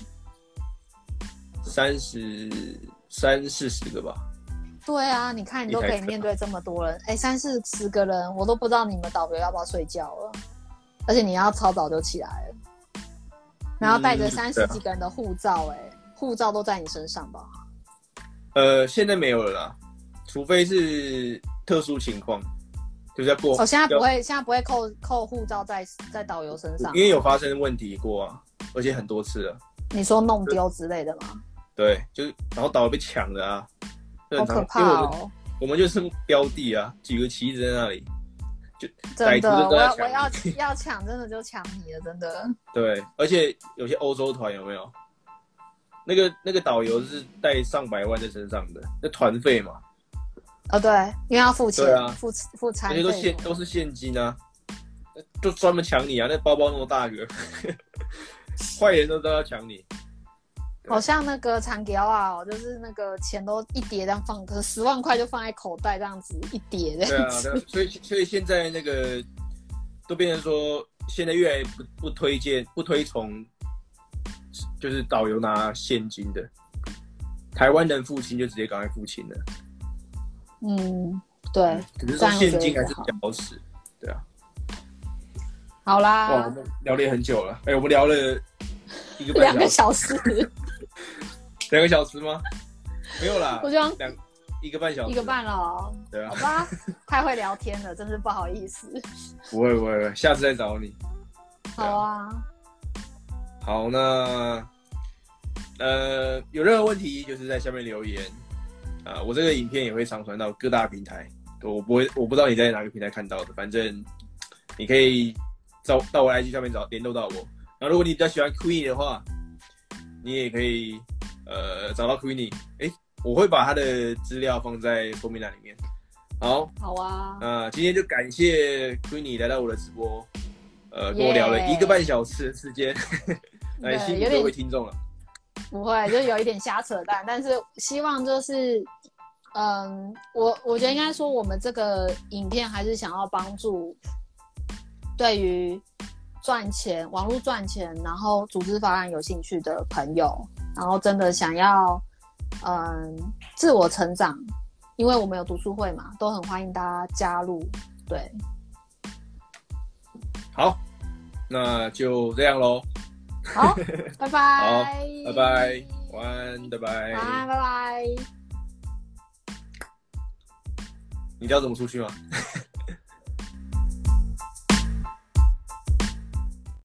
？30-40个吧。对啊，你看你都可以面对这么多人，30-40个人，我都不知道你们导游要不要睡觉了，而且你要超早就起来了，然后带着30几个人的护照，护照都在你身上吧？ 现在没有了啦，除非是特殊情况，就是要过。 现在不会扣护照在导游身上， 因为有发生问题过啊，而且很多次了。 你说弄丢之类的吗？ 对，就是然后导游被抢了啊， 好可怕哦！ 我们就是标的啊，举个旗子在那里，就真的，我要抢，真的就抢你了，真的。 对，而且有些欧洲团有没有？那个导游是带上百万在身上的，那团费嘛。 对，因为要付钱，啊、付餐费， 而且都是现金啊，就专门抢你啊！那包包那么大个，坏人都要抢你。 好像那个长条啊，就是那个钱都一叠这样放，可是10万块就放在口袋这样子一叠这样子。 对啊，所以现在那个都变成说，现在越来越不推崇，就是导游拿现金的。台湾能付清就直接赶快付清了。 对。 可是说现金还是比较好使，对啊。 好啦， 哇，我们聊了很久了，我们聊了 2个小时。 2个小时吗？没有啦， 我觉得 1个半小时。 1个半了哦。 对啊。 好吧，太会聊天了，真是不好意思。 不会，下次再找你。 好啊。 好，那有任何问题就是在下面留言我这个影片也会上传到各大平台，我不知道你在哪个平台看到的，反正你可以到我 IG 上面联络到我。然后如果你比较喜欢 Queenie 的话，你也可以找到 Queenie， 我会把他的资料放在说明栏里面。好啊，今天就感谢 Queenie 来到我的直播，跟我聊了1个半小时的时间，来辛苦各位听众了。 不会，就有一点瞎扯淡，但是希望就是，我觉得应该说我们这个影片还是想要帮助对于赚钱、网络赚钱，然后组织发展有兴趣的朋友，然后真的想要自我成长，因为我们有读书会嘛，都很欢迎大家加入。对， 好，那就这样咯。 好，拜拜。 好，拜拜，晚安，拜拜。 晚安，拜拜。 你知道怎么出去吗？